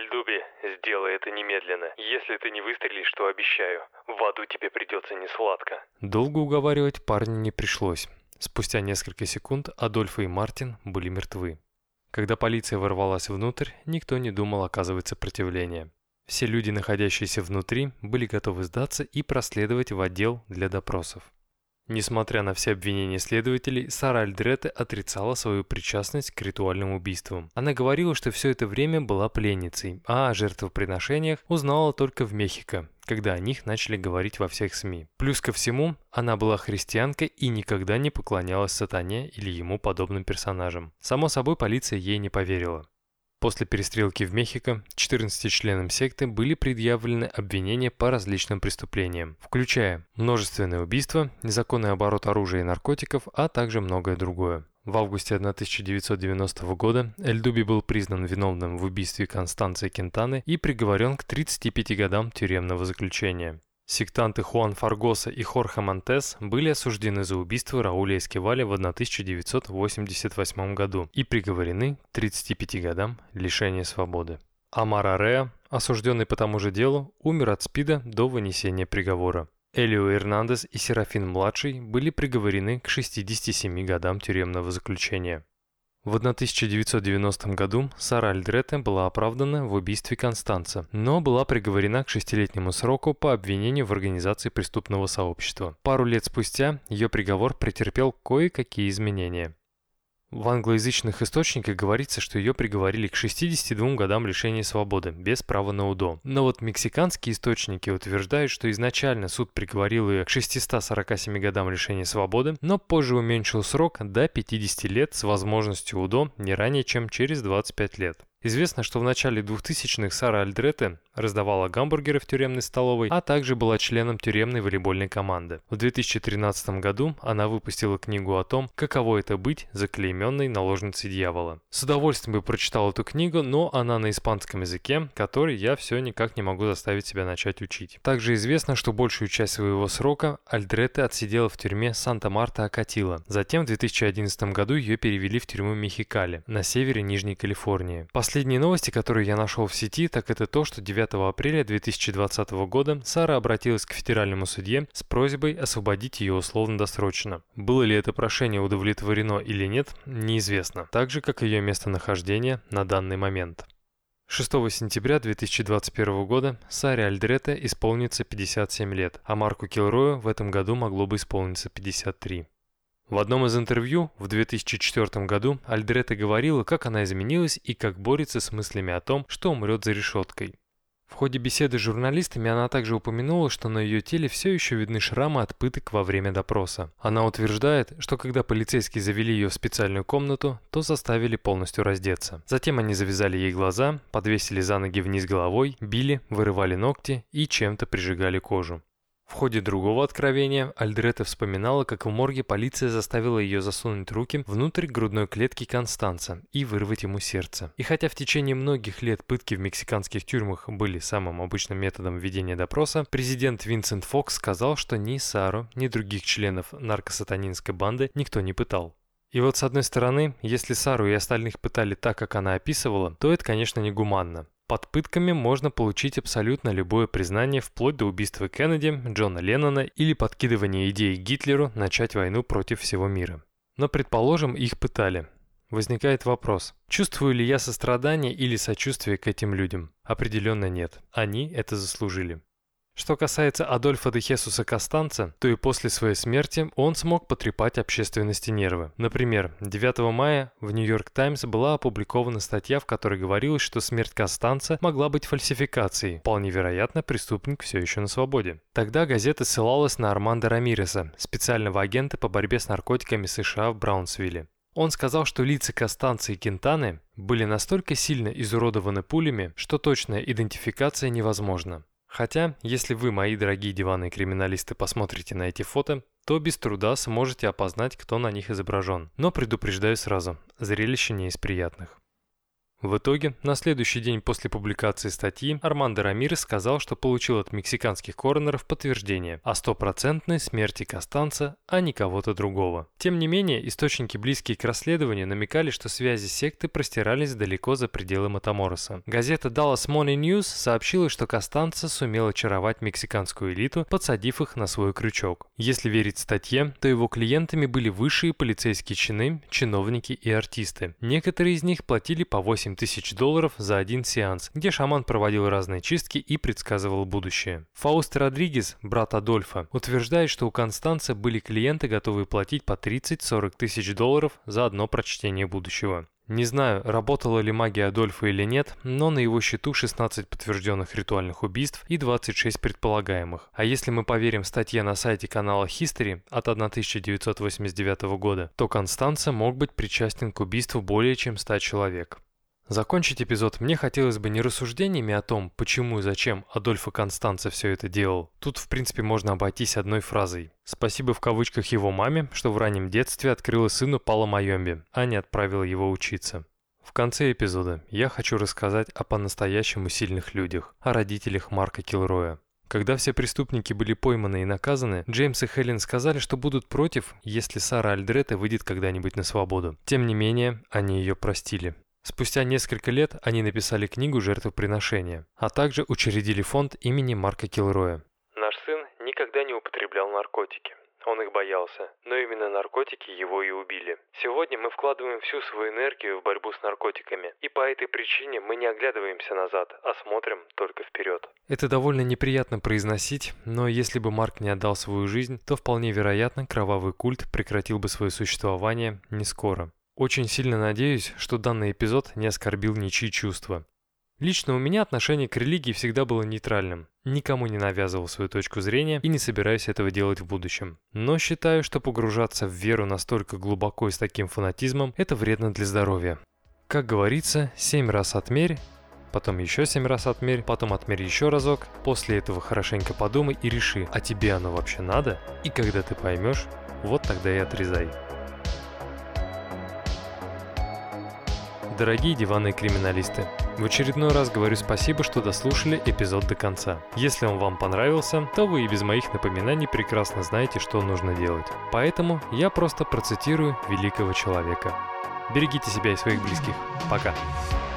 Сделай это немедленно. Если ты не выстрелишь, то обещаю, в аду тебе придется несладко. Долго уговаривать парня не пришлось. Спустя несколько секунд Адольфо и Мартин были мертвы. Когда полиция ворвалась внутрь, никто не думал оказывать сопротивление. Все люди, находящиеся внутри, были готовы сдаться и проследовать в отдел для допросов. Несмотря на все обвинения следователей, Сара Альдретте отрицала свою причастность к ритуальным убийствам. Она говорила, что все это время была пленницей, а о жертвоприношениях узнала только в Мехико, когда о них начали говорить во всех СМИ. Плюс ко всему, она была христианкой и никогда не поклонялась сатане или ему подобным персонажам. Само собой, полиция ей не поверила. После перестрелки в Мехико четырнадцати членам секты были предъявлены обвинения по различным преступлениям, включая множественное убийство, незаконный оборот оружия и наркотиков, а также многое другое. В августе тысяча девятьсот девяностого года Эль Дуби был признан виновным в убийстве Констанции Кентаны и приговорен к тридцати пяти годам тюремного заключения. Сектанты Хуан Фаргоса и Хорхе Монтес были осуждены за убийство Рауля Эскиваля в тысяча девятьсот восемьдесят восьмом году и приговорены к тридцати пяти годам лишения свободы. Амар Ареа, осужденный по тому же делу, умер от СПИДа до вынесения приговора. Элио Эрнандес и Серафин-младший были приговорены к шестидесяти семи годам тюремного заключения. В тысяча девятьсот девяностом году Сара Альдретте была оправдана в убийстве Констанца, но была приговорена к шестилетнему сроку по обвинению в организации преступного сообщества. Пару лет спустя ее приговор претерпел кое-какие изменения. В англоязычных источниках говорится, что ее приговорили к шестидесяти двум годам лишения свободы, без права на УДО. Но вот мексиканские источники утверждают, что изначально суд приговорил ее к шестистам сорока семи годам лишения свободы, но позже уменьшил срок до пятидесяти лет с возможностью УДО не ранее, чем через двадцать пять лет. Известно, что в начале двухтысячных Сара Альдретте раздавала гамбургеры в тюремной столовой, а также была членом тюремной волейбольной команды. В две тысячи тринадцатом году она выпустила книгу о том, каково это быть заклейменной наложницей дьявола. С удовольствием бы прочитал эту книгу, но она на испанском языке, который я все никак не могу заставить себя начать учить. Также известно, что большую часть своего срока Альдретте отсидела в тюрьме Санта-Марта-Акатила. Затем в две тысячи одиннадцатом году ее перевели в тюрьму Мехикали на севере Нижней Калифорнии. Последние новости, которые я нашел в сети, так это то, что девятого апреля две тысячи двадцатого года Сара обратилась к федеральному судье с просьбой освободить ее условно-досрочно. Было ли это прошение удовлетворено или нет, неизвестно, так же, как и ее местонахождение на данный момент. шестого сентября две тысячи двадцать первого года Саре Альдретте исполнится пятьдесят семь лет, а Марку Килрою в этом году могло бы исполниться пятьдесят три. В одном из интервью в две тысячи четвёртом году Альдретте говорила, как она изменилась и как борется с мыслями о том, что умрет за решеткой. В ходе беседы с журналистами она также упомянула, что на ее теле все еще видны шрамы от пыток во время допроса. Она утверждает, что когда полицейские завели ее в специальную комнату, то заставили полностью раздеться. Затем они завязали ей глаза, подвесили за ноги вниз головой, били, вырывали ногти и чем-то прижигали кожу. В ходе другого откровения Альдретте вспоминала, как в морге полиция заставила ее засунуть руки внутрь грудной клетки Констанца и вырвать ему сердце. И хотя в течение многих лет пытки в мексиканских тюрьмах были самым обычным методом ведения допроса, президент Винсент Фокс сказал, что ни Сару, ни других членов наркосатанинской банды никто не пытал. И вот с одной стороны, если Сару и остальных пытали так, как она описывала, то это, конечно, негуманно. Под пытками можно получить абсолютно любое признание, вплоть до убийства Кеннеди, Джона Леннона или подкидывания идеи Гитлеру начать войну против всего мира. Но, предположим, их пытали. Возникает вопрос, чувствую ли я сострадание или сочувствие к этим людям? Определенно нет. Они это заслужили. Что касается Адольфо де Хесуса Костанца, то и после своей смерти он смог потрепать общественности нервы. Например, девятого мая в Нью-Йорк Таймс была опубликована статья, в которой говорилось, что смерть Костанца могла быть фальсификацией. Вполне вероятно, преступник все еще на свободе. Тогда газета ссылалась на Армандо Рамиреса, специального агента по борьбе с наркотиками США в Браунсвилле. Он сказал, что лица Костанца и Кентаны были настолько сильно изуродованы пулями, что точная идентификация невозможна. Хотя, если вы, мои дорогие диванные криминалисты, посмотрите на эти фото, то без труда сможете опознать, кто на них изображен. Но предупреждаю сразу, зрелище не из приятных. В итоге, на следующий день после публикации статьи Армандо Рамирес сказал, что получил от мексиканских коронеров подтверждение о стопроцентной смерти Костанца, а не кого-то другого. Тем не менее, источники, близкие к расследованию, намекали, что связи секты простирались далеко за пределы Матамороса. Газета Dallas Morning News сообщила, что Костанца сумел очаровать мексиканскую элиту, подсадив их на свой крючок. Если верить статье, то его клиентами были высшие полицейские чины, чиновники и артисты. Некоторые из них платили по восемь тысяч долларов за один сеанс, где шаман проводил разные чистки и предсказывал будущее. Фауст Родригес, брат Адольфа, утверждает, что у Констанца были клиенты, готовые платить по тридцать-сорок тысяч долларов за одно прочтение будущего. Не знаю, работала ли магия Адольфа или нет, но на его счету шестнадцать подтвержденных ритуальных убийств и двадцать шесть предполагаемых. А если мы поверим статье на сайте канала History от тысяча девятьсот восемьдесят девятого года, то Констанца мог быть причастен к убийству более чем ста человек. Закончить эпизод мне хотелось бы не рассуждениями о том, почему и зачем Адольфо Констанца все это делал. Тут, в принципе, можно обойтись одной фразой. Спасибо в кавычках его маме, что в раннем детстве открыла сыну Пало Майомби, а не отправила его учиться. В конце эпизода я хочу рассказать о по-настоящему сильных людях, о родителях Марка Килроя. Когда все преступники были пойманы и наказаны, Джеймс и Хелен сказали, что будут против, если Сара Альдретте выйдет когда-нибудь на свободу. Тем не менее, они ее простили. Спустя несколько лет они написали книгу «Жертвоприношение», а также учредили фонд имени Марка Килроя. Наш сын никогда не употреблял наркотики. Он их боялся, но именно наркотики его и убили. Сегодня мы вкладываем всю свою энергию в борьбу с наркотиками, и по этой причине мы не оглядываемся назад, а смотрим только вперед. Это довольно неприятно произносить, но если бы Марк не отдал свою жизнь, то вполне вероятно кровавый культ прекратил бы свое существование не скоро. Очень сильно надеюсь, что данный эпизод не оскорбил ничьи чувства. Лично у меня отношение к религии всегда было нейтральным. Никому не навязывал свою точку зрения и не собираюсь этого делать в будущем. Но считаю, что погружаться в веру настолько глубоко и с таким фанатизмом – это вредно для здоровья. Как говорится, семь раз отмерь, потом еще семь раз отмерь, потом отмерь еще разок. После этого хорошенько подумай и реши, а тебе оно вообще надо? И когда ты поймешь, вот тогда и отрезай. Дорогие диванные криминалисты, в очередной раз говорю спасибо, что дослушали эпизод до конца. Если он вам понравился, то вы и без моих напоминаний прекрасно знаете, что нужно делать. Поэтому я просто процитирую великого человека. Берегите себя и своих близких. Пока.